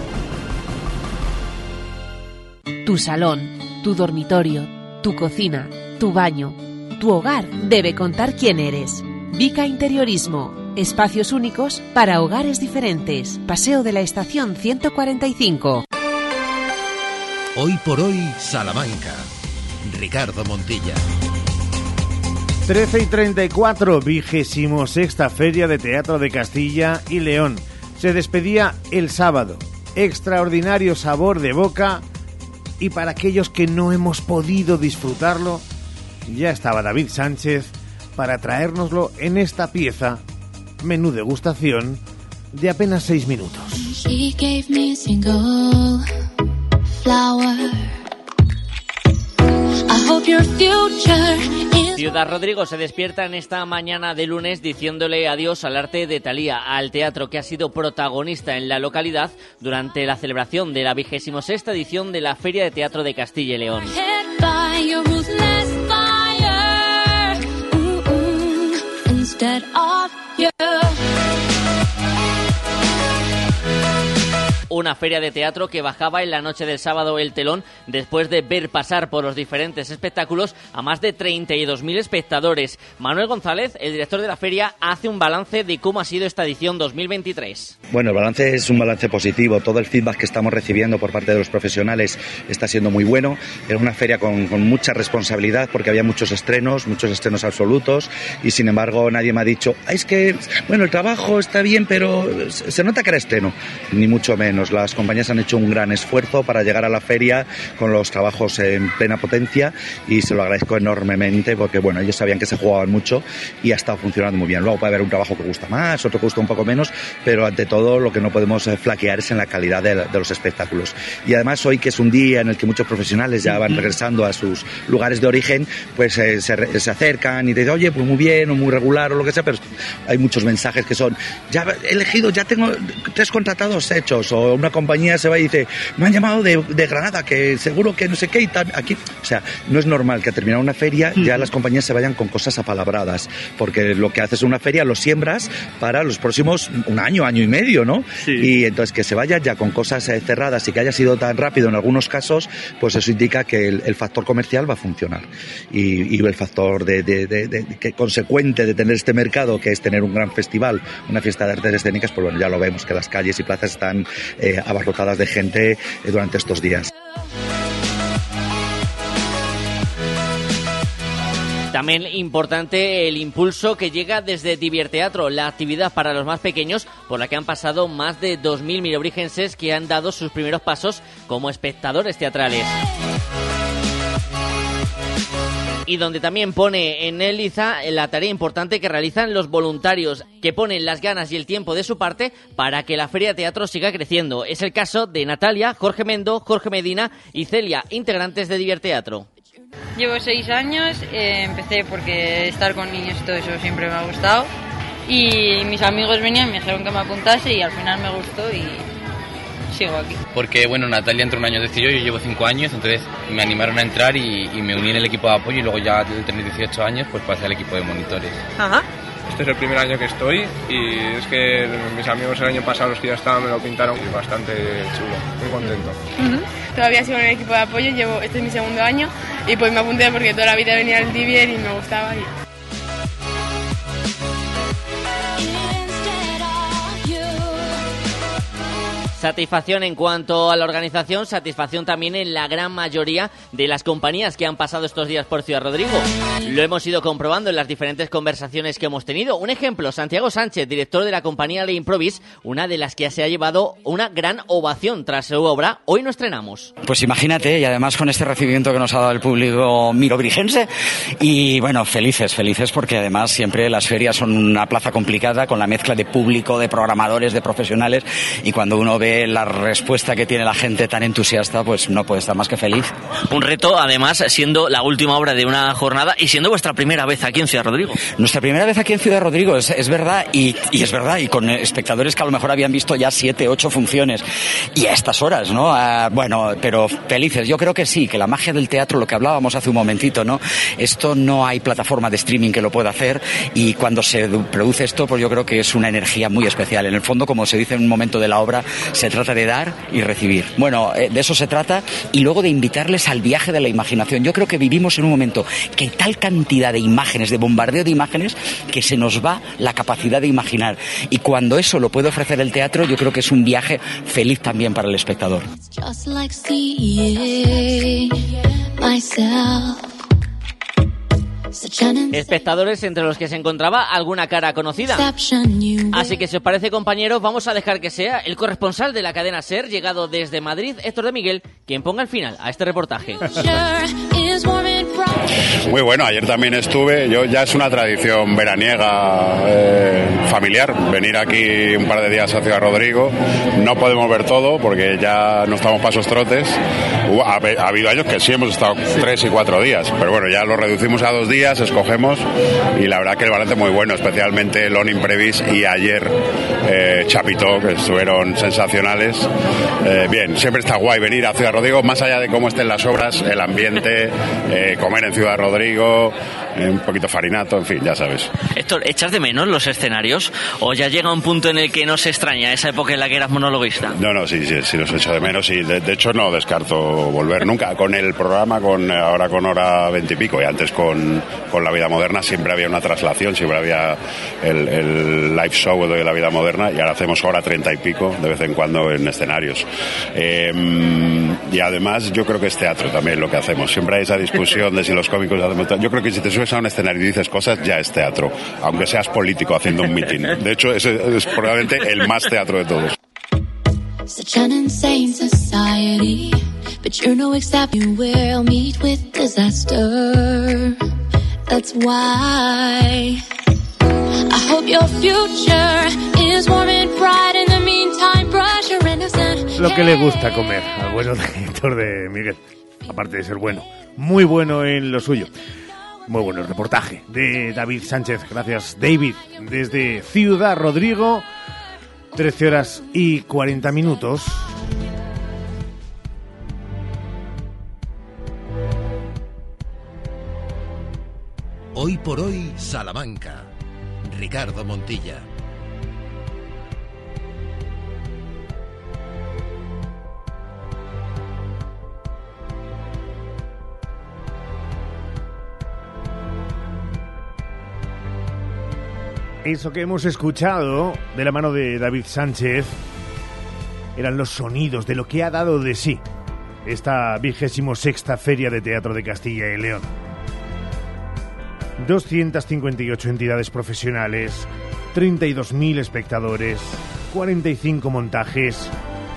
Tu salón, tu dormitorio, tu cocina, tu baño, tu hogar debe contar quién eres. Vica Interiorismo. Espacios únicos para hogares diferentes. Paseo de la Estación ciento cuarenta y cinco. Hoy por hoy, Salamanca. Ricardo Montilla. trece y treinta y cuatro, vigésimo sexta Feria de Teatro de Castilla y León. Se despedía el sábado. Extraordinario sabor de boca. Y para aquellos que no hemos podido disfrutarlo, ya estaba David Sánchez para traérnoslo en esta pieza, menú degustación de apenas seis minutos. She gave me a single flower. I hope your future is... Ciudad Rodrigo se despierta en esta mañana de lunes diciéndole adiós al arte de Thalía, al teatro que ha sido protagonista en la localidad durante la celebración de la vigésimo sexta edición de la Feria de Teatro de Castilla y León. Instead of you. Una feria de teatro que bajaba en la noche del sábado el telón después de ver pasar por los diferentes espectáculos a más de treinta y dos mil espectadores. Manuel González, el director de la feria, hace un balance de cómo ha sido esta edición dos mil veintitrés. Bueno, el balance es un balance positivo. Todo el feedback que estamos recibiendo por parte de los profesionales está siendo muy bueno. Era una feria con, con mucha responsabilidad porque había muchos estrenos, muchos estrenos absolutos y sin embargo nadie me ha dicho, ah, es que, bueno, el trabajo está bien, pero se nota que era estreno. Ni mucho menos. Las compañías han hecho un gran esfuerzo para llegar a la feria con los trabajos en plena potencia y se lo agradezco enormemente porque bueno, ellos sabían que se jugaban mucho y ha estado funcionando muy bien. Luego puede haber un trabajo que gusta más, otro que gusta un poco menos, pero ante todo lo que no podemos flaquear es en la calidad de, de los espectáculos. Y además hoy, que es un día en el que muchos profesionales ya van regresando a sus lugares de origen, pues eh, se, se acercan y te dicen, oye, pues muy bien o muy regular o lo que sea, pero hay muchos mensajes que son, ya he elegido, ya tengo tres contratados hechos, o una compañía se va y dice, me han llamado de, de Granada, que seguro que no sé qué y tal, aquí, o sea, no es normal que a terminar una feria ya las compañías se vayan con cosas apalabradas, porque lo que haces en una feria lo siembras para los próximos un año, año y medio, ¿no? Sí. Y entonces que se vaya ya con cosas eh, cerradas y que haya sido tan rápido en algunos casos, pues eso indica que el, el factor comercial va a funcionar y, y el factor de, de, de, de, de, que consecuente de tener este mercado, que es tener un gran festival, una fiesta de artes escénicas, pues bueno, ya lo vemos, que las calles y plazas están eh, abarrotadas de gente eh, durante estos días. También importante el impulso que llega desde Divierteatro, la actividad para los más pequeños, por la que han pasado más de dos mil miliobrigenses que han dado sus primeros pasos como espectadores teatrales. Y donde también pone en el liza la tarea importante que realizan los voluntarios, que ponen las ganas y el tiempo de su parte para que la Feria de Teatro siga creciendo. Es el caso de Natalia, Jorge Mendo, Jorge Medina y Celia, integrantes de Divierteatro. Llevo seis años, eh, empecé porque estar con niños y todo eso siempre me ha gustado. Y mis amigos venían, me dijeron que me apuntase y al final me gustó y sigo aquí. Porque, bueno, Natalia entró un año desde yo, yo llevo cinco años, entonces me animaron a entrar y, y me uní en el equipo de apoyo y luego ya al tener dieciocho años pues pasé al equipo de monitores. Ajá. Este es el primer año que estoy y es que mis amigos el año pasado, los que ya estaban, me lo pintaron y bastante chulo, muy contento. Uh-huh. Todavía sigo en el equipo de apoyo, llevo este es mi segundo año y pues me apunté porque toda la vida venía al Divier y me gustaba. Y... Satisfacción en cuanto a la organización, satisfacción también en la gran mayoría de las compañías que han pasado estos días por Ciudad Rodrigo. Lo hemos ido comprobando en las diferentes conversaciones que hemos tenido. Un ejemplo, Santiago Sánchez, director de la compañía Le Improvis, una de las que se ha llevado una gran ovación tras su obra. Hoy no estrenamos. Pues imagínate, y además con este recibimiento que nos ha dado el público mirobrigense, y bueno, felices, felices porque además siempre las ferias son una plaza complicada con la mezcla de público, de programadores, de profesionales, y cuando uno ve ante la respuesta que tiene la gente tan entusiasta, pues no puede estar más que feliz. Un reto, además, siendo la última obra de una jornada y siendo vuestra primera vez aquí en Ciudad Rodrigo. Nuestra primera vez aquí en Ciudad Rodrigo, es, es verdad, y, y es verdad, y con espectadores que a lo mejor habían visto ya siete, ocho funciones, y a estas horas, ¿no? Uh, bueno, pero felices. Yo creo que sí, que la magia del teatro, lo que hablábamos hace un momentito, ¿no? Esto no hay plataforma de streaming que lo pueda hacer, y cuando se produce esto, pues yo creo que es una energía muy especial. En el fondo, como se dice en un momento de la obra, se trata de dar y recibir. Bueno, eh, de eso se trata, y luego de invitarles al viaje de la imaginación. Yo creo que vivimos en un momento que hay tal cantidad de imágenes, de bombardeo de imágenes, que se nos va la capacidad de imaginar. Y cuando eso lo puede ofrecer el teatro, yo creo que es un viaje feliz también para el espectador. Just like seeing myself. Espectadores entre los que se encontraba alguna cara conocida. Así que si os parece, compañeros, vamos a dejar que sea el corresponsal de la cadena SER, llegado desde Madrid, Héctor de Miguel, quien ponga el final a este reportaje. Muy bueno, ayer también estuve, yo ya es una tradición veraniega, eh, familiar, venir aquí un par de días a Ciudad Rodrigo. No podemos ver todo porque ya no estamos para esos trotes. Ha, ha habido años que sí hemos estado tres y cuatro días, pero bueno, ya lo reducimos a dos días, escogemos, y la verdad que el balance es muy bueno, especialmente Lon Imprevis y ayer eh, Chapitó, que estuvieron sensacionales. Eh, bien, siempre está guay venir a Ciudad Rodrigo, más allá de cómo estén las obras, el ambiente, eh, comer en Ciudad Rodrigo, eh, un poquito farinato, en fin, ya sabes. Héctor, ¿echas de menos los escenarios o ya llega un punto en el que no se extraña esa época en la que eras monologuista? No, no, sí, sí, sí los echo de menos, y de, de hecho no descarto volver nunca. Con el programa, con ahora con hora veintipico y antes con, con La Vida Moderna, siempre había una traslación, siempre había el, el live show de La Vida Moderna, y ahora hacemos hora treinta y pico de vez en cuando en escenarios. Eh, y además yo creo que es teatro también lo que hacemos. Siempre hay esa discusión de si los cómicos hacemos teatro. Yo creo que si te subes a un escenario y dices cosas, ya es teatro, aunque seas político haciendo un meeting. De hecho, ese es probablemente el más teatro de todos. Such an insane society, but you're no exception. We'll meet with disaster. That's why I hope your future is warm and bright. In the meantime, brush your innocent. Lo que le gusta comer al bueno de Héctor de Miguel, aparte de ser bueno, muy bueno en lo suyo. Muy bueno el reportaje de David Sánchez. Gracias, David, desde Ciudad Rodrigo. trece horas y cuarenta minutos. Hoy por hoy, Salamanca. Ricardo Montilla. Eso que hemos escuchado de la mano de David Sánchez eran los sonidos de lo que ha dado de sí esta vigésimo sexta Feria de Teatro de Castilla y León. doscientas cincuenta y ocho entidades profesionales, treinta y dos mil espectadores, cuarenta y cinco montajes.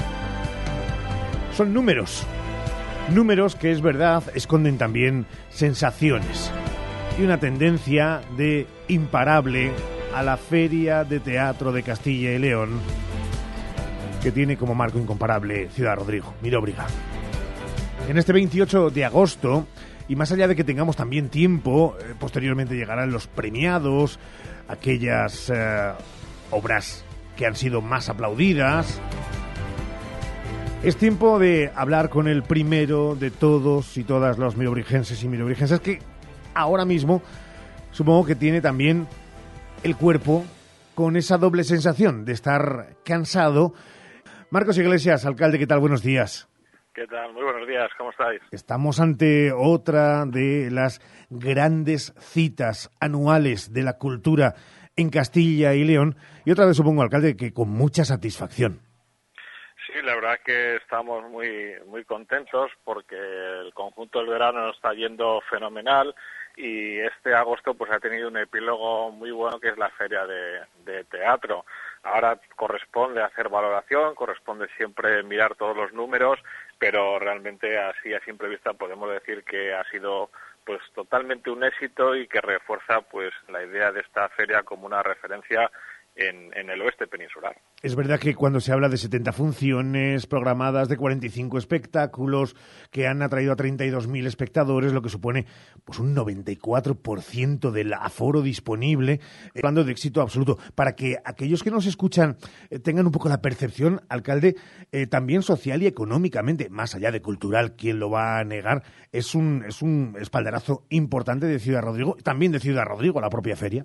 Son números, números que es verdad esconden también sensaciones y una tendencia de imparable a la Feria de Teatro de Castilla y León, que tiene como marco incomparable Ciudad Rodrigo, Miróbriga. En este veintiocho de agosto, y más allá de que tengamos también tiempo, eh, posteriormente llegarán los premiados, aquellas eh, obras que han sido más aplaudidas. Es tiempo de hablar con el primero de todos y todas los mirobrigenses y mirobrigenses, que ahora mismo supongo que tiene también el cuerpo con esa doble sensación de estar cansado. Marcos Iglesias, alcalde, ¿qué tal? Buenos días. ¿Qué tal? Muy buenos días, ¿cómo estáis? Estamos ante otra de las grandes citas anuales de la cultura en Castilla y León, y otra vez supongo, alcalde, que con mucha satisfacción. Sí, la verdad que estamos muy, muy contentos porque el conjunto del verano nos está yendo fenomenal. Y este agosto pues ha tenido un epílogo muy bueno, que es la feria de, de teatro. Ahora corresponde hacer valoración, corresponde siempre mirar todos los números, pero realmente así a simple vista podemos decir que ha sido pues totalmente un éxito y que refuerza pues la idea de esta feria como una referencia en, en el oeste peninsular. Es verdad que cuando se habla de setenta funciones programadas, de cuarenta y cinco espectáculos que han atraído a treinta y dos mil espectadores, lo que supone pues un noventa y cuatro por ciento del aforo disponible, eh, hablando de éxito absoluto. Para que aquellos que nos escuchan eh, tengan un poco la percepción, alcalde, eh, también social y económicamente, más allá de cultural, ¿quién lo va a negar? Es un, es un espaldarazo importante de Ciudad Rodrigo, también de Ciudad Rodrigo, la propia feria.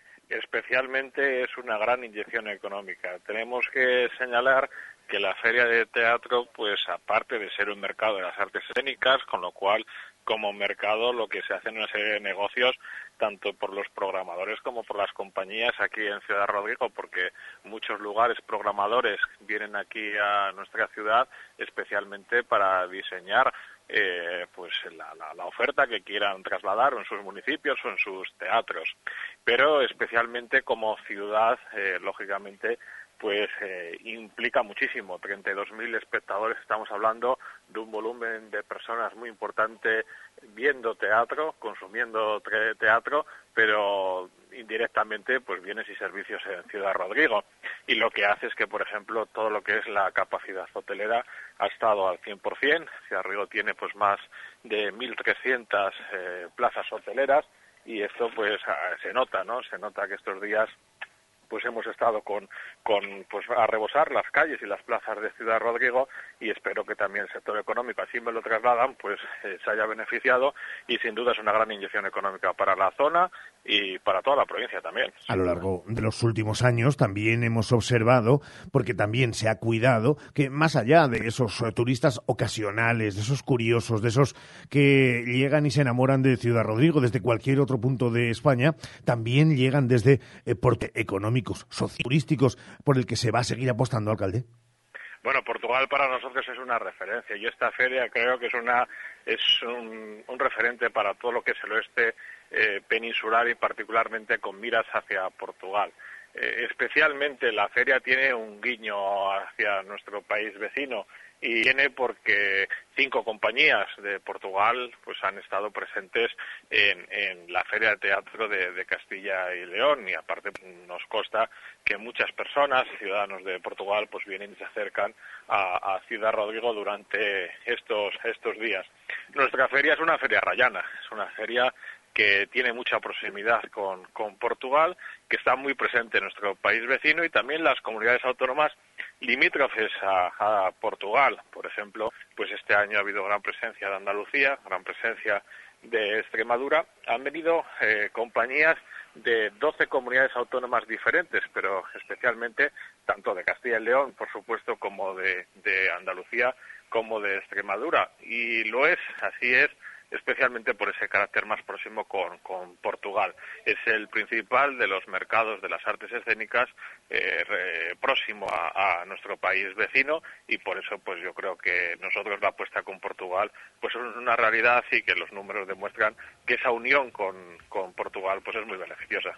Especialmente es una gran inyección económica. Tenemos que señalar que la Feria de Teatro, pues aparte de ser un mercado de las artes escénicas, con lo cual como mercado lo que se hace en una serie de negocios, tanto por los programadores como por las compañías aquí en Ciudad Rodrigo, porque muchos lugares programadores vienen aquí a nuestra ciudad especialmente para diseñar Eh, pues la, la, la oferta que quieran trasladar en sus municipios o en sus teatros, pero especialmente como ciudad, eh, lógicamente, pues eh, implica muchísimo, treinta y dos mil espectadores, estamos hablando de un volumen de personas muy importante viendo teatro, consumiendo tre- teatro, pero indirectamente pues bienes y servicios en Ciudad Rodrigo. Y lo que hace es que, por ejemplo, todo lo que es la capacidad hotelera ha estado al cien por ciento. Ciudad Rodrigo tiene pues más de mil trescientas eh, plazas hoteleras y esto pues se nota, ¿no? Se nota que estos días pues hemos estado con, con pues a rebosar las calles y las plazas de Ciudad Rodrigo y espero que también el sector económico, así me lo trasladan, pues eh, se haya beneficiado y sin duda es una gran inyección económica para la zona y para toda la provincia también. A lo largo de los últimos años también hemos observado, porque también se ha cuidado, que más allá de esos eh, turistas ocasionales, de esos curiosos, de esos que llegan y se enamoran de Ciudad Rodrigo desde cualquier otro punto de España, también llegan desde eh, porte económicos, socioturísticos, por el que se va a seguir apostando, alcalde. Bueno, Portugal para nosotros es una referencia y esta feria creo que es una es un, un referente para todo lo que es el oeste eh, peninsular y particularmente con miras hacia Portugal. Eh, especialmente la feria tiene un guiño hacia nuestro país vecino y viene porque cinco compañías de Portugal pues han estado presentes en, en la Feria de Teatro de, de Castilla y León y aparte nos consta que muchas personas, ciudadanos de Portugal, pues vienen y se acercan a, a Ciudad Rodrigo durante estos estos días. Nuestra feria es una feria rayana, es una feria que tiene mucha proximidad con, con Portugal, que está muy presente en nuestro país vecino y también las comunidades autónomas limítrofes a, a Portugal. Por ejemplo, pues este año ha habido gran presencia de Andalucía, gran presencia de Extremadura. Han venido eh, compañías de doce comunidades autónomas diferentes, pero especialmente tanto de Castilla y León, por supuesto, como de, de Andalucía, como de Extremadura. Y lo es, así es, especialmente por ese carácter más próximo con, con Portugal. Es el principal de los mercados de las artes escénicas eh, re, próximo a, a nuestro país vecino y por eso pues yo creo que nosotros la apuesta con Portugal pues es una realidad y que los números demuestran que esa unión con, con Portugal pues es muy beneficiosa.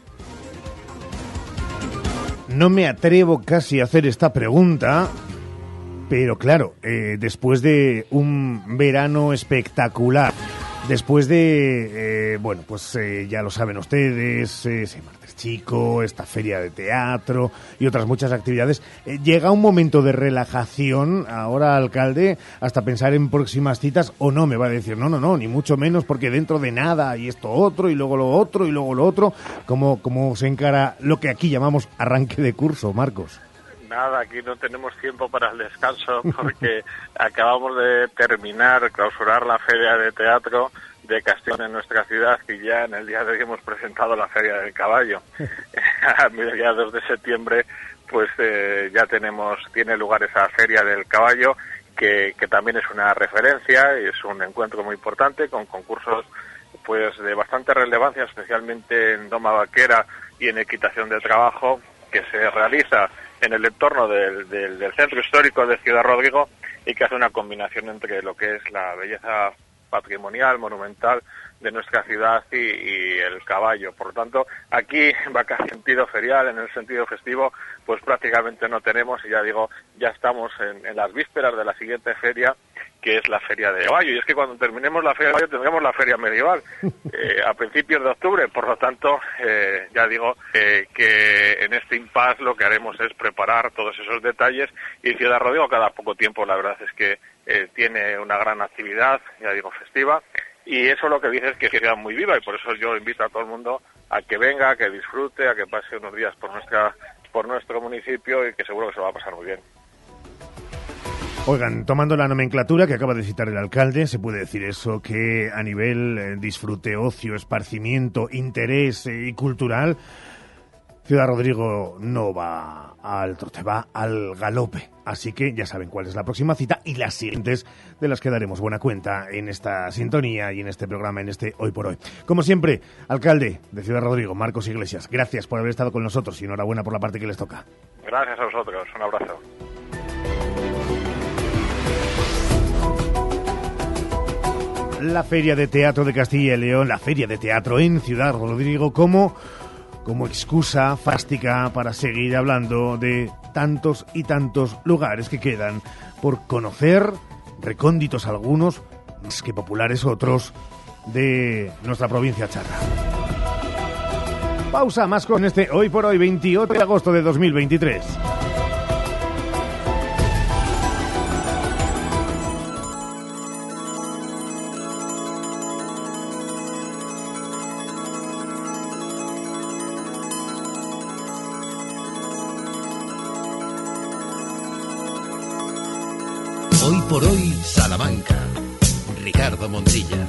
No me atrevo casi a hacer esta pregunta, pero claro, eh, después de un verano espectacular, después de, eh, bueno, pues eh, ya lo saben ustedes, eh, ese martes chico, esta feria de teatro y otras muchas actividades, eh, llega un momento de relajación ahora, alcalde, hasta pensar en próximas citas, o no, me va a decir, no, no, no, ni mucho menos, porque dentro de nada, y esto otro, y luego lo otro, y luego lo otro, ¿cómo, cómo se encara lo que aquí llamamos arranque de curso, Marcos? Nada, aquí no tenemos tiempo para el descanso porque acabamos de terminar, clausurar la Feria de Teatro de Castellón en nuestra ciudad y ya en el día de hoy hemos presentado la Feria del Caballo. A mediados de septiembre pues eh, ya tenemos, tiene lugar esa Feria del Caballo que, que también es una referencia y es un encuentro muy importante con concursos pues de bastante relevancia, especialmente en doma vaquera y en equitación de trabajo que se realiza en el entorno del, del, del centro histórico de Ciudad Rodrigo y que hace una combinación entre lo que es la belleza patrimonial, monumental de nuestra ciudad y, y el caballo. Por lo tanto, aquí vaca sentido ferial, en el sentido festivo, pues prácticamente no tenemos, y ya digo, ya estamos en, en las vísperas de la siguiente feria, que es la feria de caballo. Y es que cuando terminemos la feria de caballo tendremos la feria medieval eh, a principios de octubre. Por lo tanto, eh, ya digo eh, que en este impasse lo que haremos es preparar todos esos detalles, y Ciudad Rodrigo cada poco tiempo la verdad es que eh, tiene una gran actividad, ya digo, festiva. Y eso lo que dice es que queda muy viva, y por eso yo invito a todo el mundo a que venga, a que disfrute, a que pase unos días por nuestra por nuestro municipio, y que seguro que se lo va a pasar muy bien. Oigan, tomando la nomenclatura que acaba de citar el alcalde, se puede decir eso, que a nivel eh, disfrute, ocio, esparcimiento, interés eh, y cultural, Ciudad Rodrigo no va al trote, va al galope. Así que ya saben cuál es la próxima cita y las siguientes, de las que daremos buena cuenta en esta sintonía y en este programa, en este Hoy por Hoy. Como siempre, alcalde de Ciudad Rodrigo, Marcos Iglesias, gracias por haber estado con nosotros y enhorabuena por la parte que les toca. Gracias a vosotros, un abrazo. La Feria de Teatro de Castilla y León, la Feria de Teatro en Ciudad Rodrigo, como... como excusa fástica para seguir hablando de tantos y tantos lugares que quedan por conocer, recónditos algunos, más que populares otros, de nuestra provincia charra. Pausa, más con este Hoy por Hoy, veintiocho de agosto de dos mil veintitrés. Hoy por Hoy, Salamanca. Ricardo Montilla.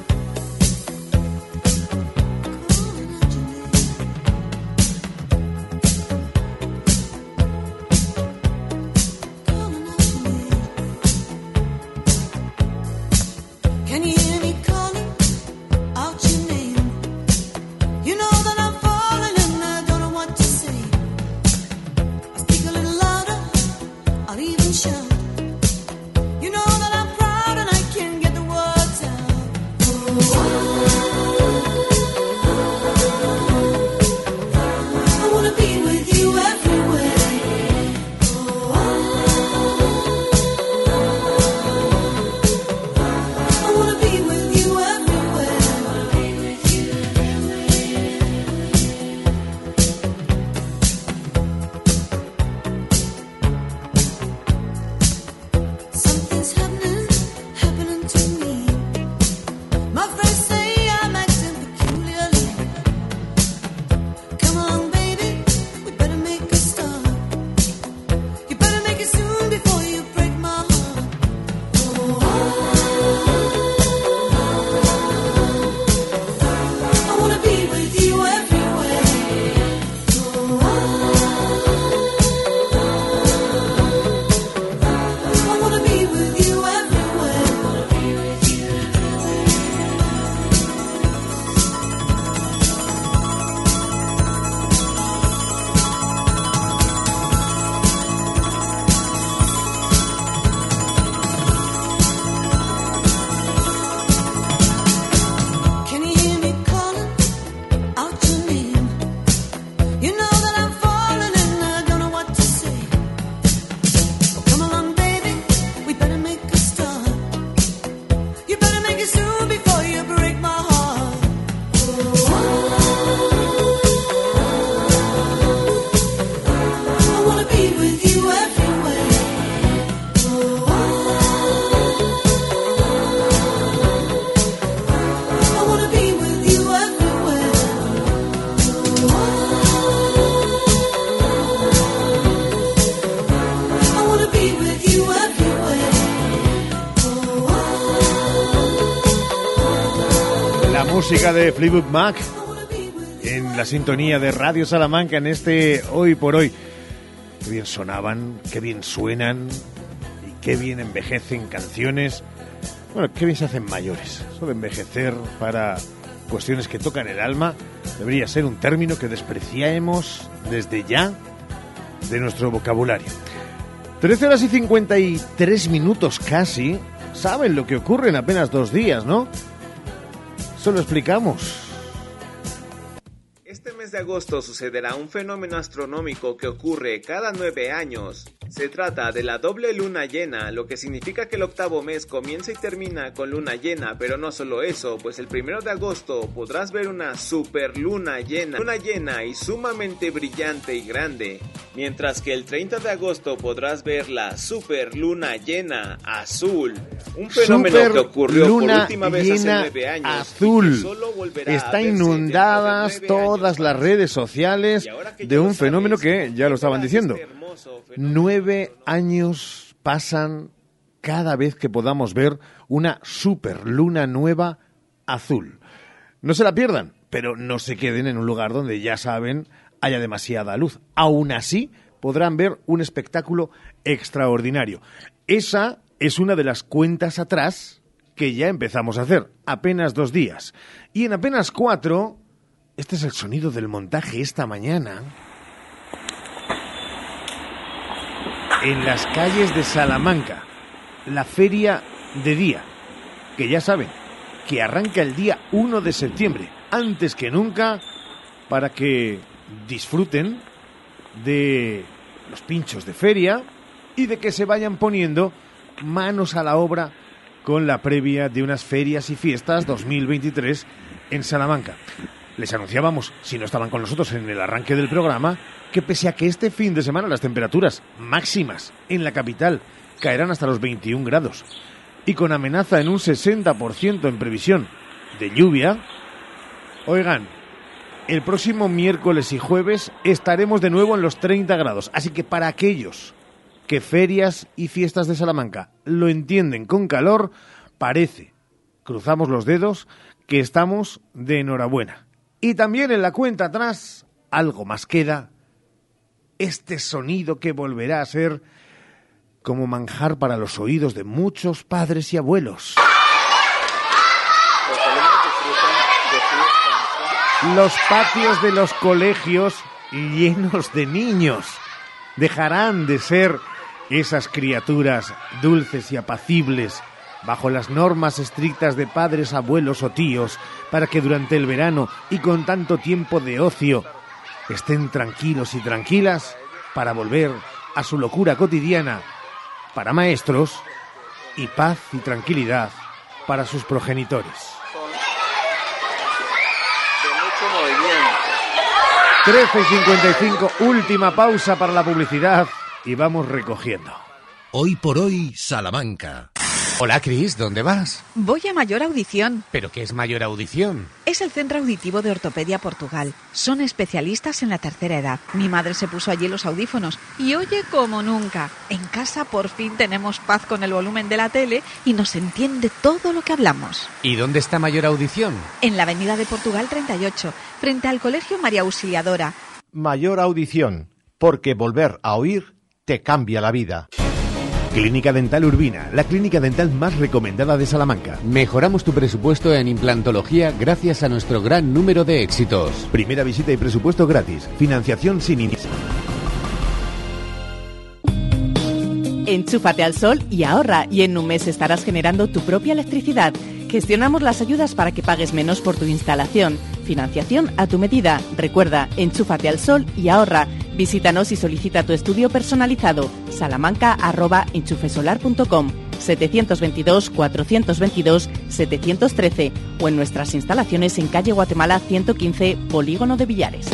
Música de Fleetwood Mac en la sintonía de Radio Salamanca en este Hoy por Hoy. Qué bien sonaban, qué bien suenan y qué bien envejecen canciones. Bueno, qué bien se hacen mayores. Eso de envejecer para cuestiones que tocan el alma debería ser un término que despreciemos desde ya de nuestro vocabulario. trece horas y cincuenta y tres minutos casi saben lo que ocurre en apenas dos días, ¿no? Se lo explicamos. Este mes de agosto sucederá un fenómeno astronómico que ocurre cada nueve años. Se trata de la doble luna llena, lo que significa que el octavo mes comienza y termina con luna llena, pero no solo eso, pues el primero de agosto podrás ver una super luna llena, luna llena y sumamente brillante y grande, mientras que el treinta de agosto podrás ver la super luna llena azul, un fenómeno Super que ocurrió por luna última vez hace llena nueve años. azul. Y que solo volverá a Está verse inundadas dentro de nueve todas años. las redes sociales de un fenómeno que ya lo estaban diciendo. Nueve años pasan cada vez que podamos ver una superluna nueva azul. No se la pierdan, pero no se queden en un lugar donde ya saben haya demasiada luz. Aún así, podrán ver un espectáculo extraordinario. Esa es una de las cuentas atrás que ya empezamos a hacer. Apenas dos días. Y en apenas cuatro, este es el sonido del montaje esta mañana. En las calles de Salamanca, la feria de día, que ya saben, que arranca el día uno de septiembre, antes que nunca, para que disfruten de los pinchos de feria y de que se vayan poniendo manos a la obra con la previa de unas ferias y fiestas dos mil veintitrés en Salamanca. Les anunciábamos, si no estaban con nosotros en el arranque del programa, que pese a que este fin de semana las temperaturas máximas en la capital caerán hasta los veintiún grados y con amenaza en un sesenta por ciento en previsión de lluvia, oigan, el próximo miércoles y jueves estaremos de nuevo en los treinta grados. Así que para aquellos que ferias y fiestas de Salamanca lo entienden con calor, parece, cruzamos los dedos, que estamos de enhorabuena. Y también en la cuenta atrás, algo más queda, este sonido que volverá a ser como manjar para los oídos de muchos padres y abuelos. Los patios de los colegios llenos de niños dejarán de ser esas criaturas dulces y apacibles bajo las normas estrictas de padres, abuelos o tíos, para que durante el verano y con tanto tiempo de ocio estén tranquilos y tranquilas para volver a su locura cotidiana para maestros y paz y tranquilidad para sus progenitores. trece y cincuenta y cinco, última pausa para la publicidad y vamos recogiendo. Hoy por hoy, Salamanca. Hola, Cris, ¿dónde vas? Voy a Mayor Audición. ¿Pero qué es Mayor Audición? Es el Centro Auditivo de Ortopedia Portugal. Son especialistas en la tercera edad. Mi madre se puso allí los audífonos y oye como nunca. En casa por fin tenemos paz con el volumen de la tele y nos entiende todo lo que hablamos. ¿Y dónde está Mayor Audición? En la Avenida de Portugal treinta y ocho, frente al Colegio María Auxiliadora. Mayor Audición, porque volver a oír te cambia la vida. Clínica Dental Urbina, la clínica dental más recomendada de Salamanca. Mejoramos tu presupuesto en implantología gracias a nuestro gran número de éxitos. Primera visita y presupuesto gratis. Financiación sin inicio. Enchúfate al sol y ahorra, y en un mes estarás generando tu propia electricidad. Gestionamos las ayudas para que pagues menos por tu instalación. Financiación a tu medida. Recuerda, enchúfate al sol y ahorra. Visítanos y solicita tu estudio personalizado. salamanca arroba enchufesolar punto com, setecientos veintidós, cuatrocientos veintidós, setecientos trece o en nuestras instalaciones en calle Guatemala ciento quince, Polígono de Villares.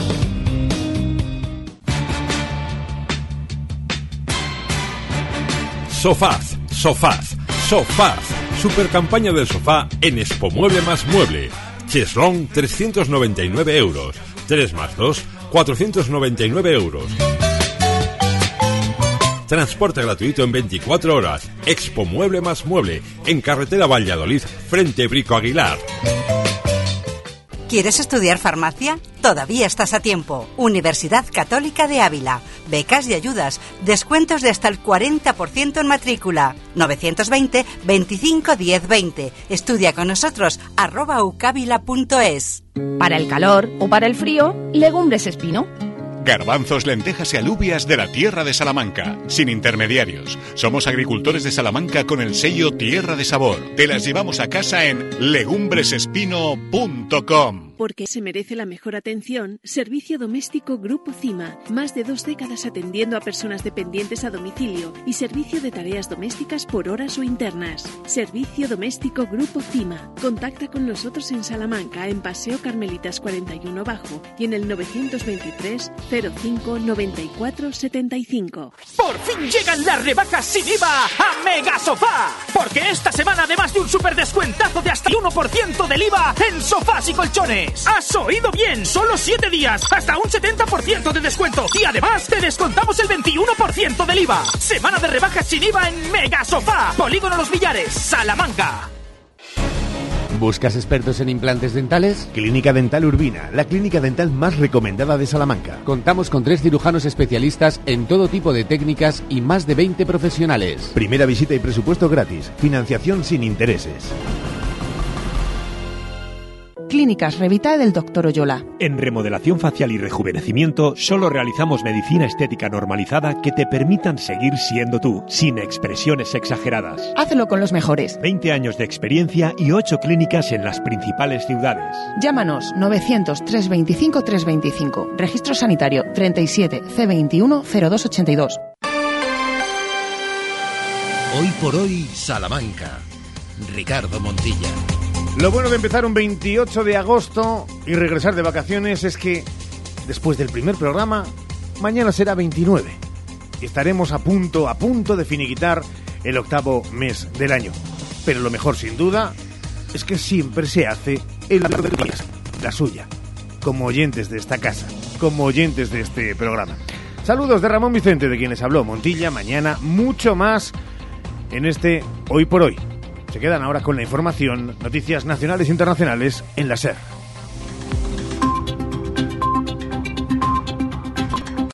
Sofaz, Sofaz, Sofaz. Super campaña del sofá en Expo Mueble más Mueble. Cheslong, trescientos noventa y nueve euros. tres más dos, cuatrocientos noventa y nueve euros. Transporte gratuito en veinticuatro horas. Expo Mueble más Mueble. En carretera Valladolid, frente Brico Aguilar. ¿Quieres estudiar farmacia? Todavía estás a tiempo. Universidad Católica de Ávila. Becas y ayudas. Descuentos de hasta el cuarenta por ciento en matrícula. novecientos veinte, veinticinco, diez, veinte. Estudia con nosotros. arroba ucavila punto es. Para el calor o para el frío, Legumbres Espino. Garbanzos, lentejas y alubias de la tierra de Salamanca, sin intermediarios. Somos agricultores de Salamanca con el sello Tierra de Sabor. Te las llevamos a casa en legumbresespino punto com. Porque se merece la mejor atención, Servicio Doméstico Grupo CIMA. Más de dos décadas atendiendo a personas dependientes a domicilio y servicio de tareas domésticas por horas o internas. Servicio Doméstico Grupo CIMA. Contacta con nosotros en Salamanca, en Paseo Carmelitas cuarenta y uno Bajo y en el novecientos veintitrés cero cinco noventa y cuatro setenta y cinco. ¡Por fin llegan las rebajas sin I V A a Mega Sofá! Porque esta semana, además de un super descuentazo de hasta el uno por ciento del I V A en sofás y colchones. ¡Has oído bien! Solo siete días, hasta un setenta por ciento de descuento. Y además, te descontamos el veintiuno por ciento del I V A. Semana de rebajas sin I V A en Mega Sofá. Polígono Los Villares, Salamanca. ¿Buscas expertos en implantes dentales? Clínica Dental Urbina, la clínica dental más recomendada de Salamanca. Contamos con tres cirujanos especialistas en todo tipo de técnicas y más de veinte profesionales. Primera visita y presupuesto gratis. Financiación sin intereses. Clínicas Revita del doctor Oyola. En remodelación facial y rejuvenecimiento solo realizamos medicina estética normalizada que te permitan seguir siendo tú, sin expresiones exageradas. Hazlo con los mejores. veinte años de experiencia y ocho clínicas en las principales ciudades. Llámanos novecientos, trescientos veinticinco, trescientos veinticinco. Registro sanitario treinta y siete C veintiuno cero dos ochenta y dos. Hoy por hoy, Salamanca. Ricardo Montilla. Lo bueno de empezar un veintiocho de agosto y regresar de vacaciones es que después del primer programa, mañana será veintinueve. Y estaremos a punto, a punto de finiquitar el octavo mes del año. Pero lo mejor, sin duda, es que siempre se hace el de días, la suya, como oyentes de esta casa, como oyentes de este programa. Saludos de Ramón Vicente, de quien les habló Montilla. Mañana mucho más en este Hoy por Hoy. Se quedan ahora con la información, noticias nacionales e internacionales en la SER.